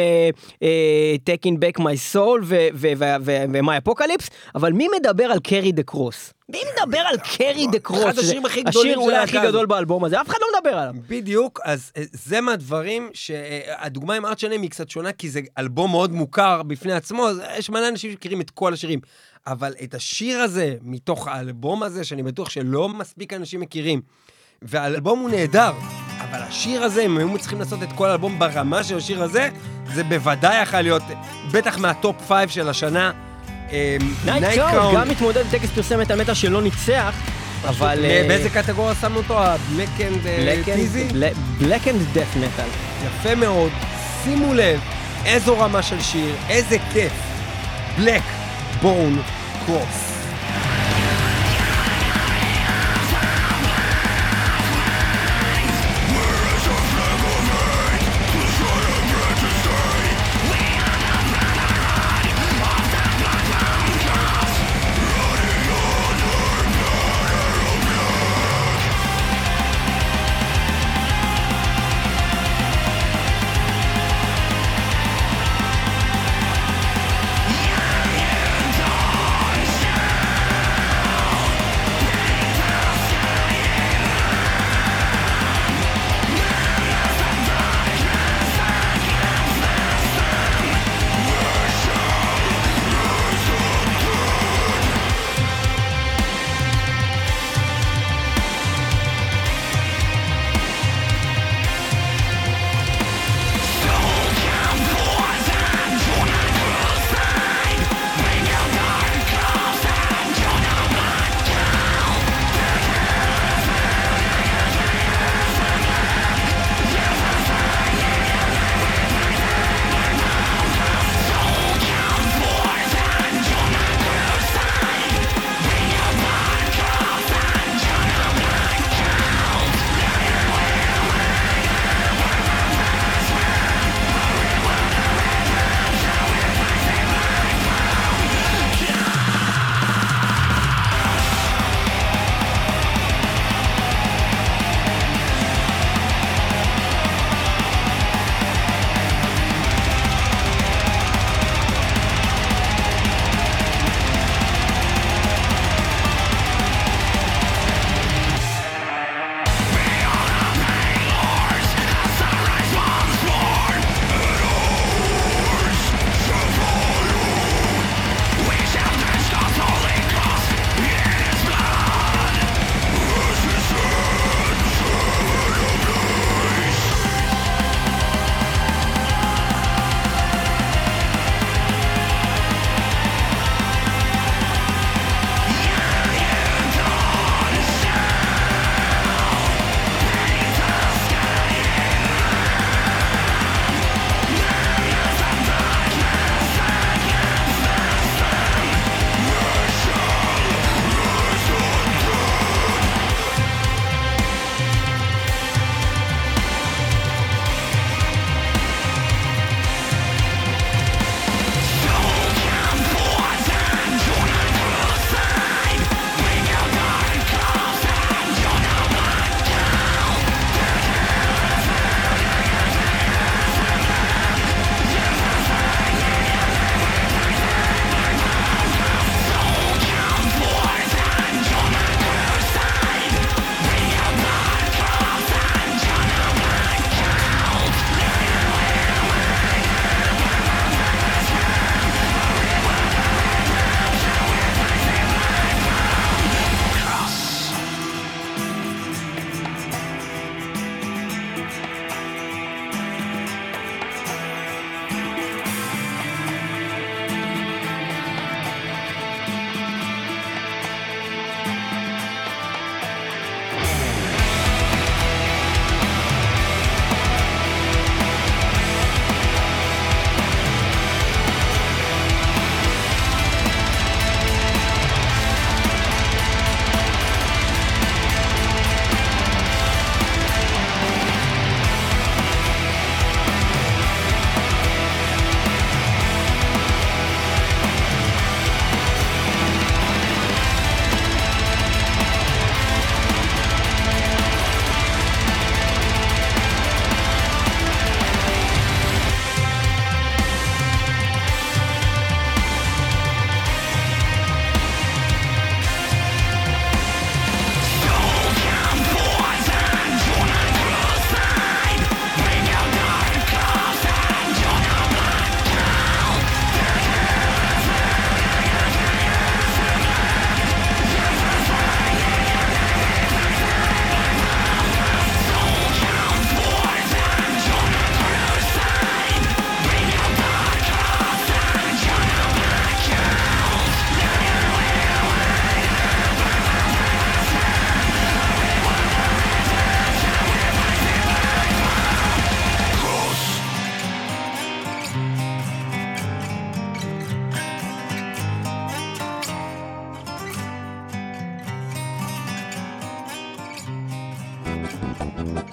Taking Back My Soul ו-My Apocalypse, אבל מי מדבר על קרי דה קרוס? מי מדבר על קרי דה קרוס? אחד השירים הכי גדולים השיר אולי הכי גדול באלבום הזה, אף אחד לא מדבר עליו. בדיוק, אז זה מהדברים שהדוגמה עם ארץ' אנמי היא קצת שונה, כי זה אלבום מאוד מוכר בפני עצמו, אז יש מלא אנשים שמכירים את כל השירים. אבל את השיר הזה, מתוך האלבום הזה, שאני בטוח שלא מספיק אנשים מכירים, והאלבום הוא נהדר, אבל השיר הזה, אם הם צריכים לעשות את כל האלבום ברמה של השיר הזה, זה בוודאי יכול להיות, בטח מהטופ פייב של השנה. נייט קראון גם מתמודד בטקס פרסי מטל מטל שלא ניצח, אבל... באיזה קטגוריה שמנו אותו? ה-Black and Teasy? Black and Death Metal. יפה מאוד, שימו לב, איזו רמה של שיר, איזה כיף. Black Bone Cross. Yeah, yeah,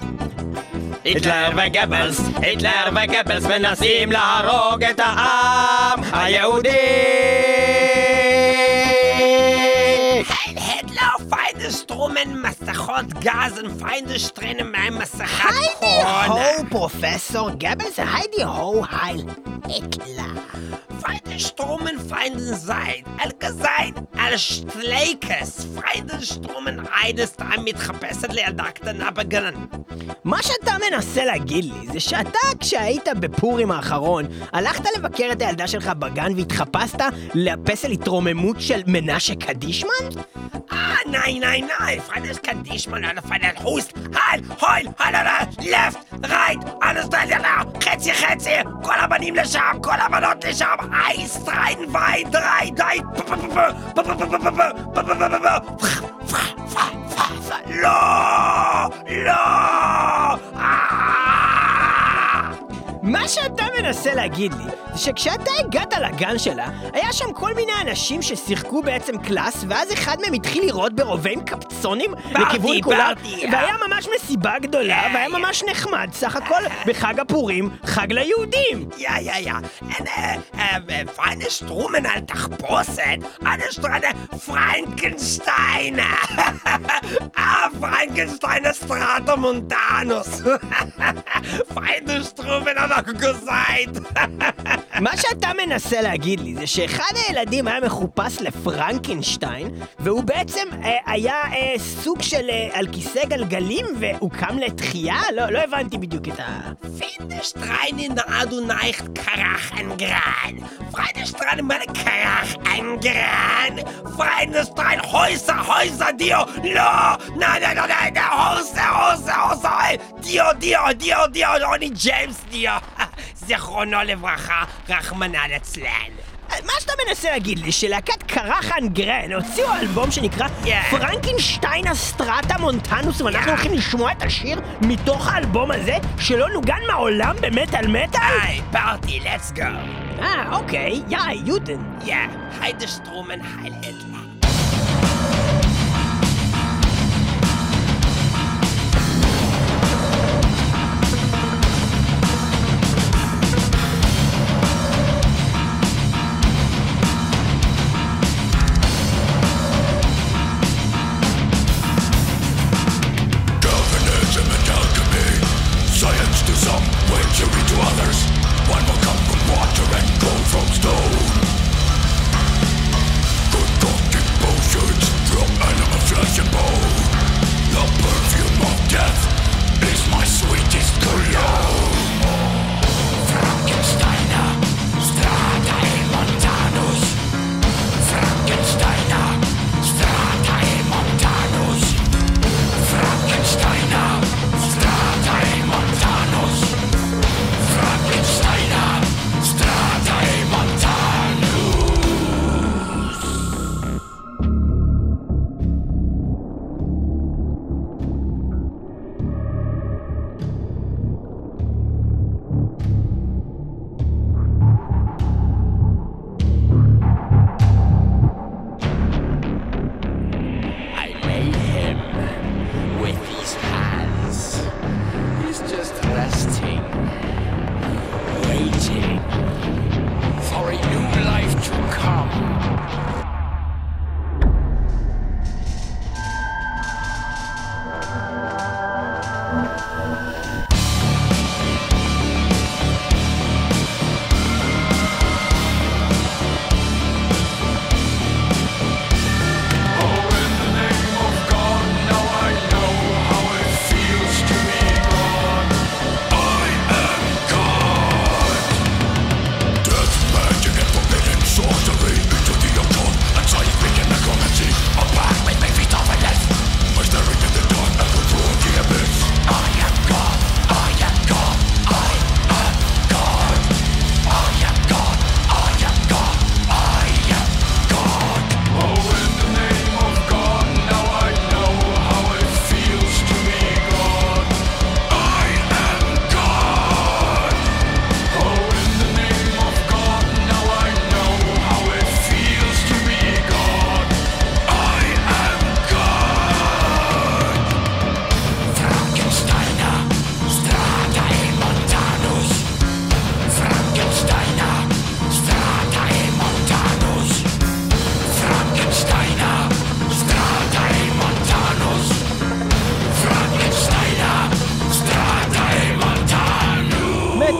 היטלר וגבלס, היטלר וגבלס מנסים להרוג את העם היהודי. Hitler, feinde Stromen, מסכות גז, feinde Strähnen, mein מסכת היידי קורונה. הו, פרופסור גבלס, היידי הו, הייל היטלר. Feinde Stromen, feinde Sein, אלכה זין, על שטלייקס. feinde Stromen, eines דם מתחפשת לילדה קטנה בגן. מה שאתה מנסה להגיד לי זה שאתה כשהיית בפורים האחרון הלכת לבקר את הילדה שלך בגן והתחפשת לפסל התרוממות של מנשה קדישמן? Ah, nein, nein, nein, feines Kandishman, alle feinen Hust, Halt, Heul, Halala, Left, Right, alles da, da, חצי, חצי, כל הבנים לשם, כל הבנות לשם, אייס, דריין, ויין, דריין, דיין, לא, לא, מה שאתה מנסה להגיד לי זה שכשאתה הגעת לגן שלה היה שם כל מיני אנשים ששיחקו בעצם קלאס ואז אחד מהם התחיל לראות ברובה עם קפצונים לכיוון כולם והיה ממש מסיבה גדולה והיה ממש נחמד סך הכל בחג הפורים, חג ליהודים. Ja, ja, ja. Eine äh, feine Strumen al Tachposet. Eine Strane Frankenstein. Ah, Frankenstein Stratomontanus. Feine Strumen al Guseit. מה שאתה מנסה להגיד לי זה שאחד הילדים היה מחופש לפרנקנשטיין והוא בעצם אה, היה אה, סוג של אה, על כיסא גלגלים והוא קם לתחייה? לא, לא הבנתי בדיוק את ה... Finde Strein in der Adonaicht Karach ein Gran. Feine Strein meine Karach ein Gran. Feine Strein Häuser, Häuser, Dio. No, nein, nein, nein, nein, Häuser, Häuser, Häuser. Dio, Dio, Dio, Dio, Ronnie James, Dio. זכרונו לברכה, רחמנא ליצלן. מה שאתה מנסה להגיד לי שלהקת קרחן גרן הוציאו אלבום שנקרא פרנקנשטיין הסטרטה מונטנוס ואנחנו הולכים לשמוע את השיר מתוך האלבום הזה שלא נוגן מעולם במטל מטל? היי, פארטי, let's go. אה, אוקיי, יאי, יודן. יא, היידה שטרומן, הייל היטלר. Sorcery into the occult.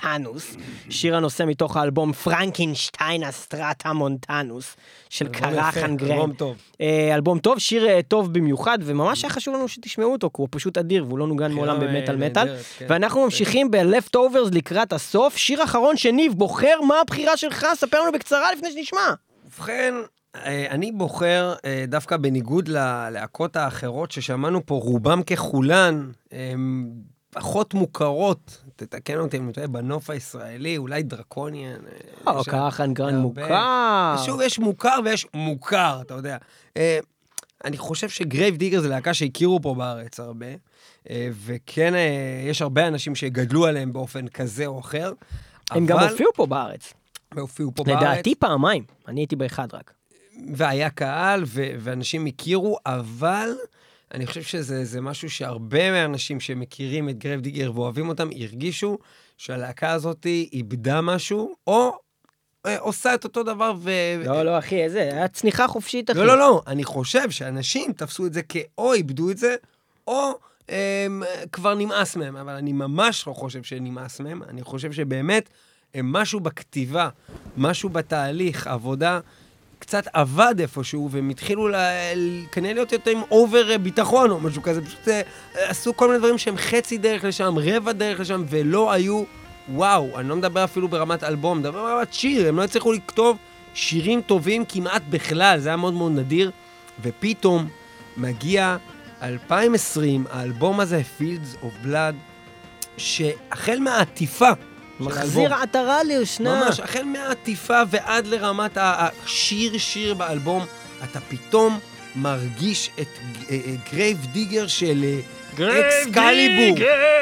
מונטנוס, שיר הנושא מתוך האלבום פרנקנשטיין אסטרטה מונטנוס, של קרחן גרן. אלבום טוב. אלבום טוב, שיר טוב במיוחד, וממש היה חשוב לנו שתשמעו אותו, כי הוא פשוט אדיר, והוא לא נוגן מעולם במטל מטל. ואנחנו ממשיכים ב-Leftovers לקראת הסוף, שיר אחרון שניב, בוחר מה הבחירה שלך? ספר לנו בקצרה לפני שנשמע. ובכן, אני בוחר, דווקא בניגוד ללהקות האחרות ששמענו פה, רובם ככולן, פחות מוכרות, תתקן אותי, אני מתאר, בנוף הישראלי, אולי דרקוניאן. או, קרחן גרן מוכר. שוב, יש מוכר ויש מוכר, אתה יודע. אני חושב שגרייב דיגר זה להקה שהכירו פה בארץ הרבה, וכן, יש הרבה אנשים שגדלו עליהם באופן כזה או אחר. הם גם הופיעו פה בארץ. והופיעו פה בארץ. לדעתי פעמיים, אני הייתי באחד רק. והיה קהל, ואנשים הכירו, אבל אני חושב שזה זה משהו שהרבה מהאנשים שמכירים את גרייב דיגר ואוהבים אותם, הרגישו שהלהקה הזאת איבדה משהו, או עושה את אותו דבר ו... לא, לא, אחי, איזה, היה צניחה חופשית, אחי. לא, לא, לא, אני חושב שאנשים תפסו את זה כאו איבדו את זה, או הם, כבר נמאס מהם, אבל אני ממש לא חושב שנמאס מהם, אני חושב שבאמת הם משהו בכתיבה, משהו בתהליך, עבודה, קצת עבד איפשהו, והם התחילו כנראה להיות יותר עם אובר ביטחון או משהו כזה, פשוט עשו כל מיני דברים שהם חצי דרך לשם, רבע דרך לשם, ולא היו, וואו, אני לא מדבר אפילו ברמת אלבום, מדבר ברמת שיר, הם לא הצליחו לכתוב שירים טובים כמעט בכלל, זה היה מאוד מאוד נדיר, ופתאום מגיע אלפיים ועשרים, האלבום הזה, Fields of Blood, שהחל מהעטיפה, מחזיר עטרה ליושנה. ממש, החל מהעטיפה ועד לרמת השיר שיר באלבום, אתה פתאום מרגיש את גרייב דיגר של אקסקליבור.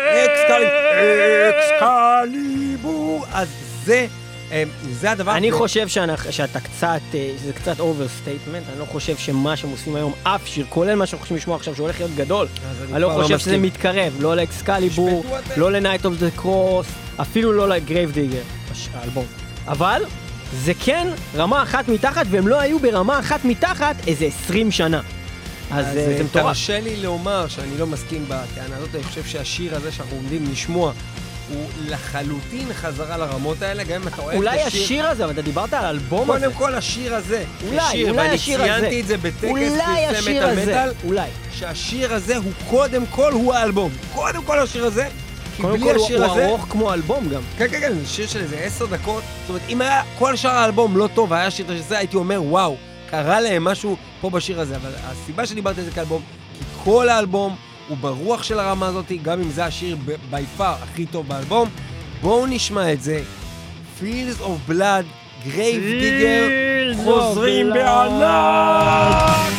אקסקליבור. אז זה, זה הדבר. אני חושב שאתה קצת, זה קצת אוברסטייטמנט, אני לא חושב שמה שהם עושים היום, אף שיר, כולל מה שאנחנו חושבים לשמוע עכשיו, שהולך להיות גדול, אני לא חושב שזה מתקרב, לא לאקסקליבור, לא ל-Night of the Cross, אפילו לא לגרייב דיגר, האלבום. אבל זה כן רמה אחת מתחת, והם לא היו ברמה אחת מתחת איזה עשרים שנה. אז זה מטורף. תרשה לי לומר שאני לא מסכים בטענה הזאת, אני חושב שהשיר הזה שאנחנו עומדים לשמוע, הוא לחלוטין חזרה לרמות האלה, גם אם אתה אוהב את השיר. אולי השיר הזה, אבל אתה דיברת על האלבום הזה. קודם כל השיר הזה. אולי, אולי השיר הזה. ואני ציינתי את זה בטקס אולי השיר הזה. אולי. שהשיר הזה הוא קודם כל הוא האלבום. קודם כל השיר הזה. קודם כל הוא ארוך כמו אלבום גם. כן, כן, כן, שיר של איזה עשר דקות. זאת אומרת, אם היה כל שאר האלבום לא טוב, היה שיר שזה, הייתי אומר, וואו, קרה להם משהו פה בשיר הזה. אבל הסיבה שדיברתי על זה כאלבום, כי כל האלבום הוא ברוח של הרמה הזאת, גם אם זה השיר by far הכי טוב באלבום. בואו נשמע את זה. Fields of Blood, Grave Digger, חוזרים בענק!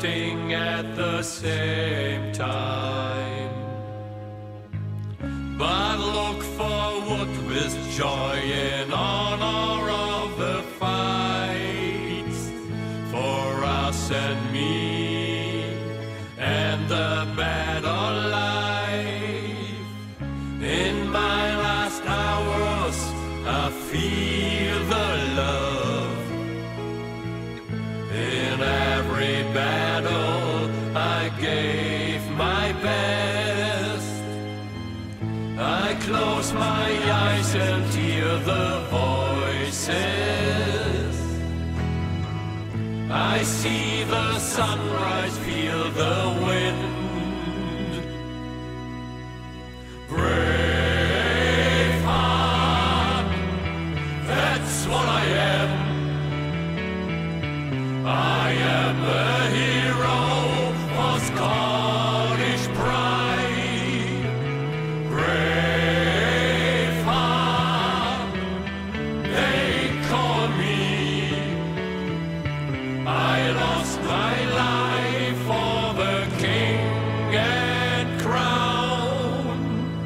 hurting at the same time. But look forward with joy in honor of the fights for us and me and the better life. In my last hours I feel the love. In every battle I gave my best. I close my eyes and hear the voices. I see the sunrise, feel the wind. Brave heart, that's what I am. I am a hero for Scottish pride. Brave heart, they call me. I lost my life for the king and crown.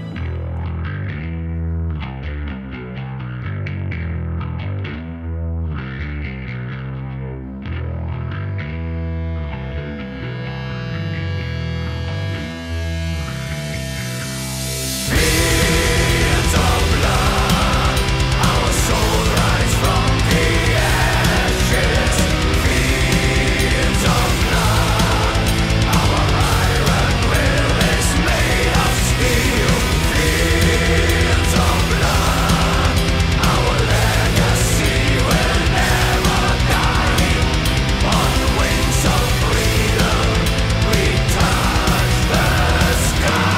Fields of blood, our soul rise from the ashes. Fields of blood, our iron will is made of steel. Fields of blood, our legacy will never die. On wings of freedom, we touch the sky.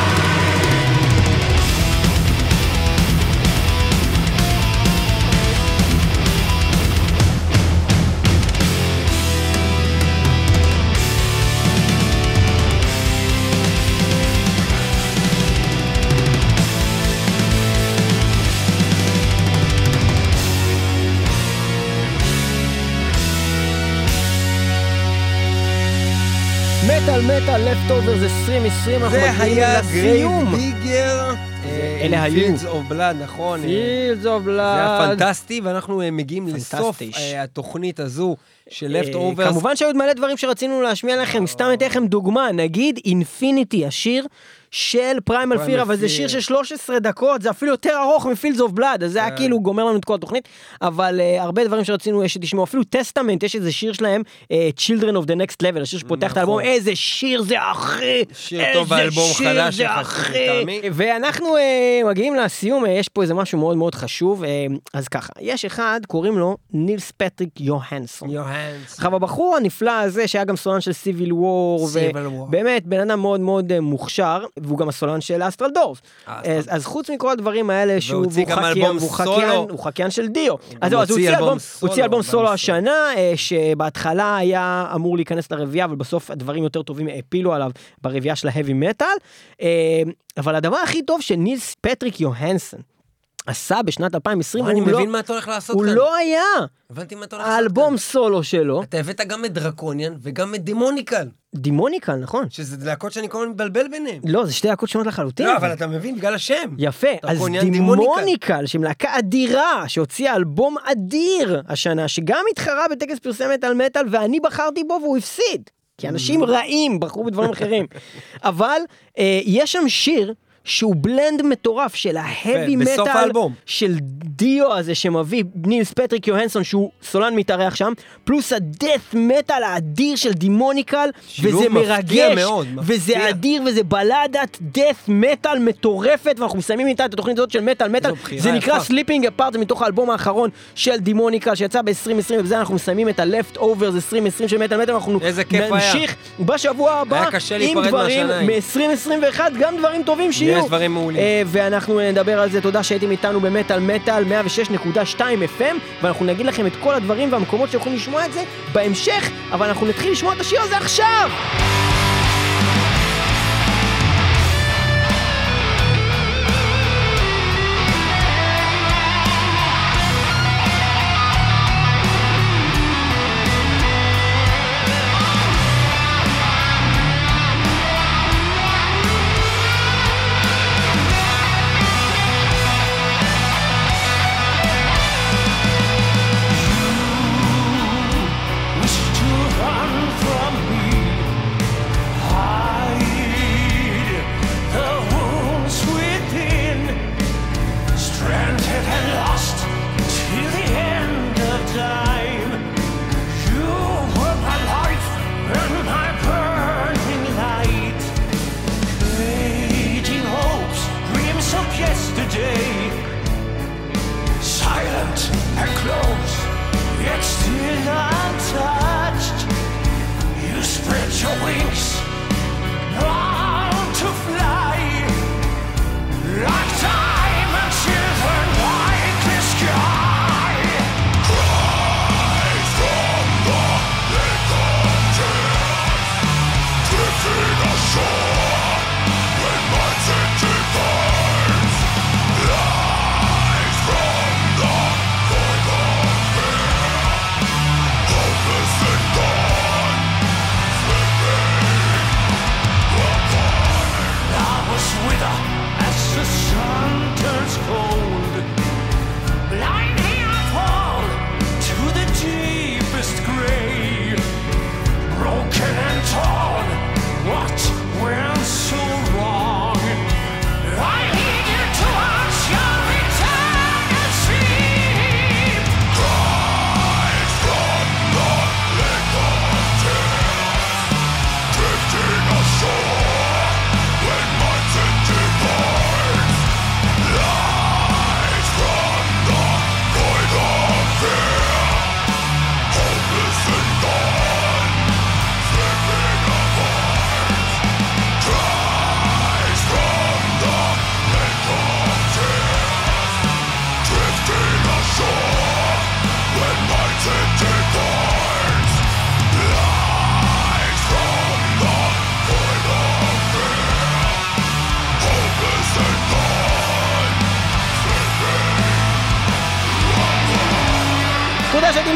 מטל מטל לפטוברס עשרים עשרים, אנחנו זה מגיעים היה לסיום. גרייב דיגר. אלה היו. פילדס אוף בלאד, נכון. Fields of זה היה Blood. פנטסטי, ואנחנו אה, מגיעים לסוף פנטסטיש. אה, התוכנית הזו של אה, לפטוברס. כמובן שהיו עוד מלא דברים שרצינו להשמיע לכם, סתם אתן לכם דוגמה, נגיד אינפיניטי, השיר של פריימל Primal פיר, אבל זה Fear. שיר של שלוש עשרה דקות, זה אפילו יותר ארוך מפילדס אוף בלאד, אז זה היה כאילו גומר לנו את כל התוכנית, אבל uh, הרבה דברים שרצינו שתשמעו, אפילו טסטמנט, יש איזה שיר שלהם, uh, Children of the Next Level, השיר שפותח את האלבום, איזה שיר זה אחי, שיר טוב באלבום חדש זה יחסית אחי, לטעמי. ואנחנו uh, מגיעים לסיום, uh, יש פה איזה משהו מאוד מאוד חשוב, uh, אז ככה, יש אחד, קוראים לו נילס פטריק יוהנסון. יוהנס. עכשיו הבחור הנפלא הזה שהיה גם סולן של סיביל וור, Civil War. ובאמת בן אדם מאוד מאוד אה, מוכשר, והוא גם הסולן של אסטרל דורס. אז, אז חוץ מכל הדברים האלה שהוא והוציא והוא גם חקיין- אלבום והוא סולו. חקיין- הוא חקיין של דיו. אז זהו, אז הוא הוציא הוציא אלבום אלבום- סולו, הוציא אלבום סולו אלבום השנה, אה, שבהתחלה היה אמור להיכנס לרביעייה, אבל בסוף הדברים יותר טובים הפילו עליו ברביעייה של ההאבי מטל. אה, אבל הדבר הכי טוב שנילס פטריק יוהנסון עשה בשנת אלפיים עשרים, אני הוא לא- מבין מה אתה הולך לעשות הוא כאן. לא היה. הבנתי מה אתה הולך לעשות כאן. האלבום סולו שלו, אתה הבאת גם את דרקוניאן וגם את דימוניקל, דימוניקל, נכון? שזה להקות שאני כל הזמן מתבלבל ביניהם. לא, זה שתי להקות שונות לחלוטין. לא, אבל אתה מבין, בגלל השם. יפה, אז דרקוניאן, דימוניקל, שהם להקה אדירה, שהוציאה אלבום אדיר השנה, שגם התחרה בטקס פרסמת על מטל, ואני בחרתי בו והוא הפסיד. כי אנשים רעים בחרו בדברים אחרים. אבל אה, יש שם שיר שהוא בלנד מטורף של ההאבי בסוף מטל האלבום. של דיו הזה שמביא נילס פטריק יוהנסון שהוא סולן מתארח שם, פלוס הדף מטל האדיר של דימוניקל, שילוב וזה מפתיע מרגש, מאוד, מפתיע. וזה אדיר, וזה בלדת דף מטל מטורפת, ואנחנו מסיימים איתה את התוכנית הזאת של מטל מטל, זו בחירה זה נקרא יפה. סליפינג אפארט, זה מתוך האלבום האחרון של דימוניקל שיצא ב-עשרים עשרים, ובזה אנחנו מסיימים את ה-Left Overs עשרים עשרים של מטל מטל, אנחנו איזה כיף היה. נמשיך בשבוע הבא היה קשה עם להיפרד דברים מהשניים. מ-עשרים עשרים ואחת, גם דברים טובים שיהיו. יש דברים מעולים. אה, ואנחנו נדבר על זה, תודה שהייתם איתנו במטל מטל מאה ושש נקודה שתיים אף אם, ואנחנו נגיד לכם את כל הדברים והמקומות שיכולים לשמוע את זה בהמשך, אבל אנחנו נתחיל לשמוע את השיר הזה עכשיו!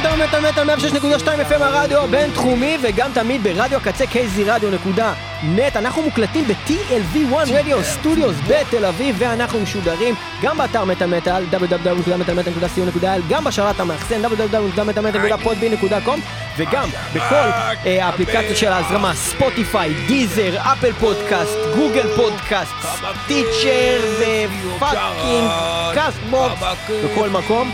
מטל מטל מטל מאה ושש נקודה שתיים אף אם הרדיו הבינתחומי, וגם תמיד ברדיו הקצה קי זי רדיו נקודה נט. אנחנו מוקלטים ב-טי אל וי וואן רדיו סטודיוס בתל אביב, ואנחנו משודרים גם באתר מטל מטל דאבליו דאבליו דאבליו נקודה מטל מטל נקודה סי או נקודה איי אל, גם בשרת המאחסן דאבליו דאבליו דאבליו נקודה מטל מטל נקודה פודבין נקודה קום, וגם בכל האפליקציות של ההזרמה, ספוטיפיי, דיזר, אפל פודקאסט, גוגל פודקאסט, טיצ'ר ופאקינג קאסטבוקס, בכל מקום.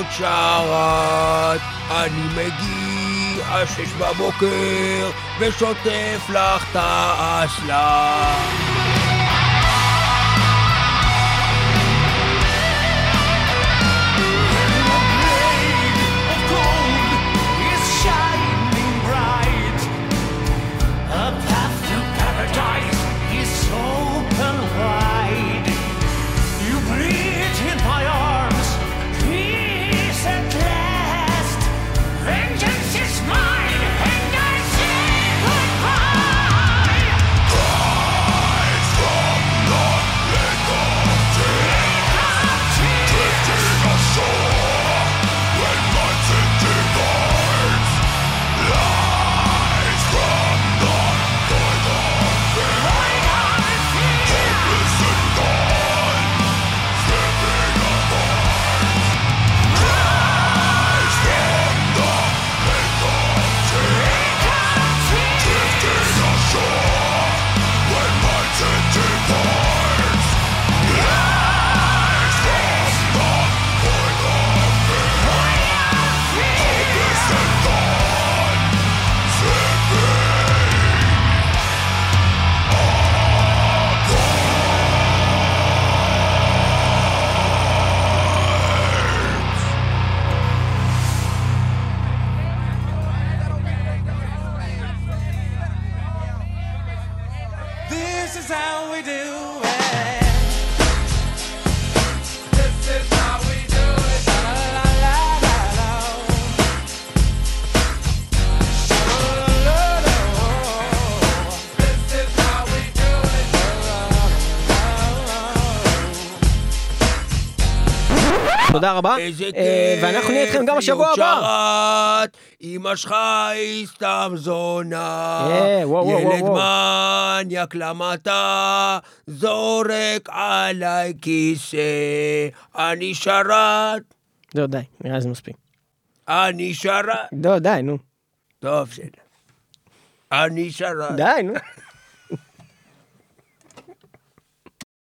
שרת, אני מגיע שש בבוקר ושוטף לך את האסלה. תודה רבה, ואנחנו נהיה איתכם גם השבוע הבא. אמא שלך היא סתם זונה, ילד מניאק למטה, זורק עליי כיסא, אני שרת. לא, די, נראה זה מספיק. אני שרת. לא, די, נו. טוב, בסדר. אני שרת. די, נו.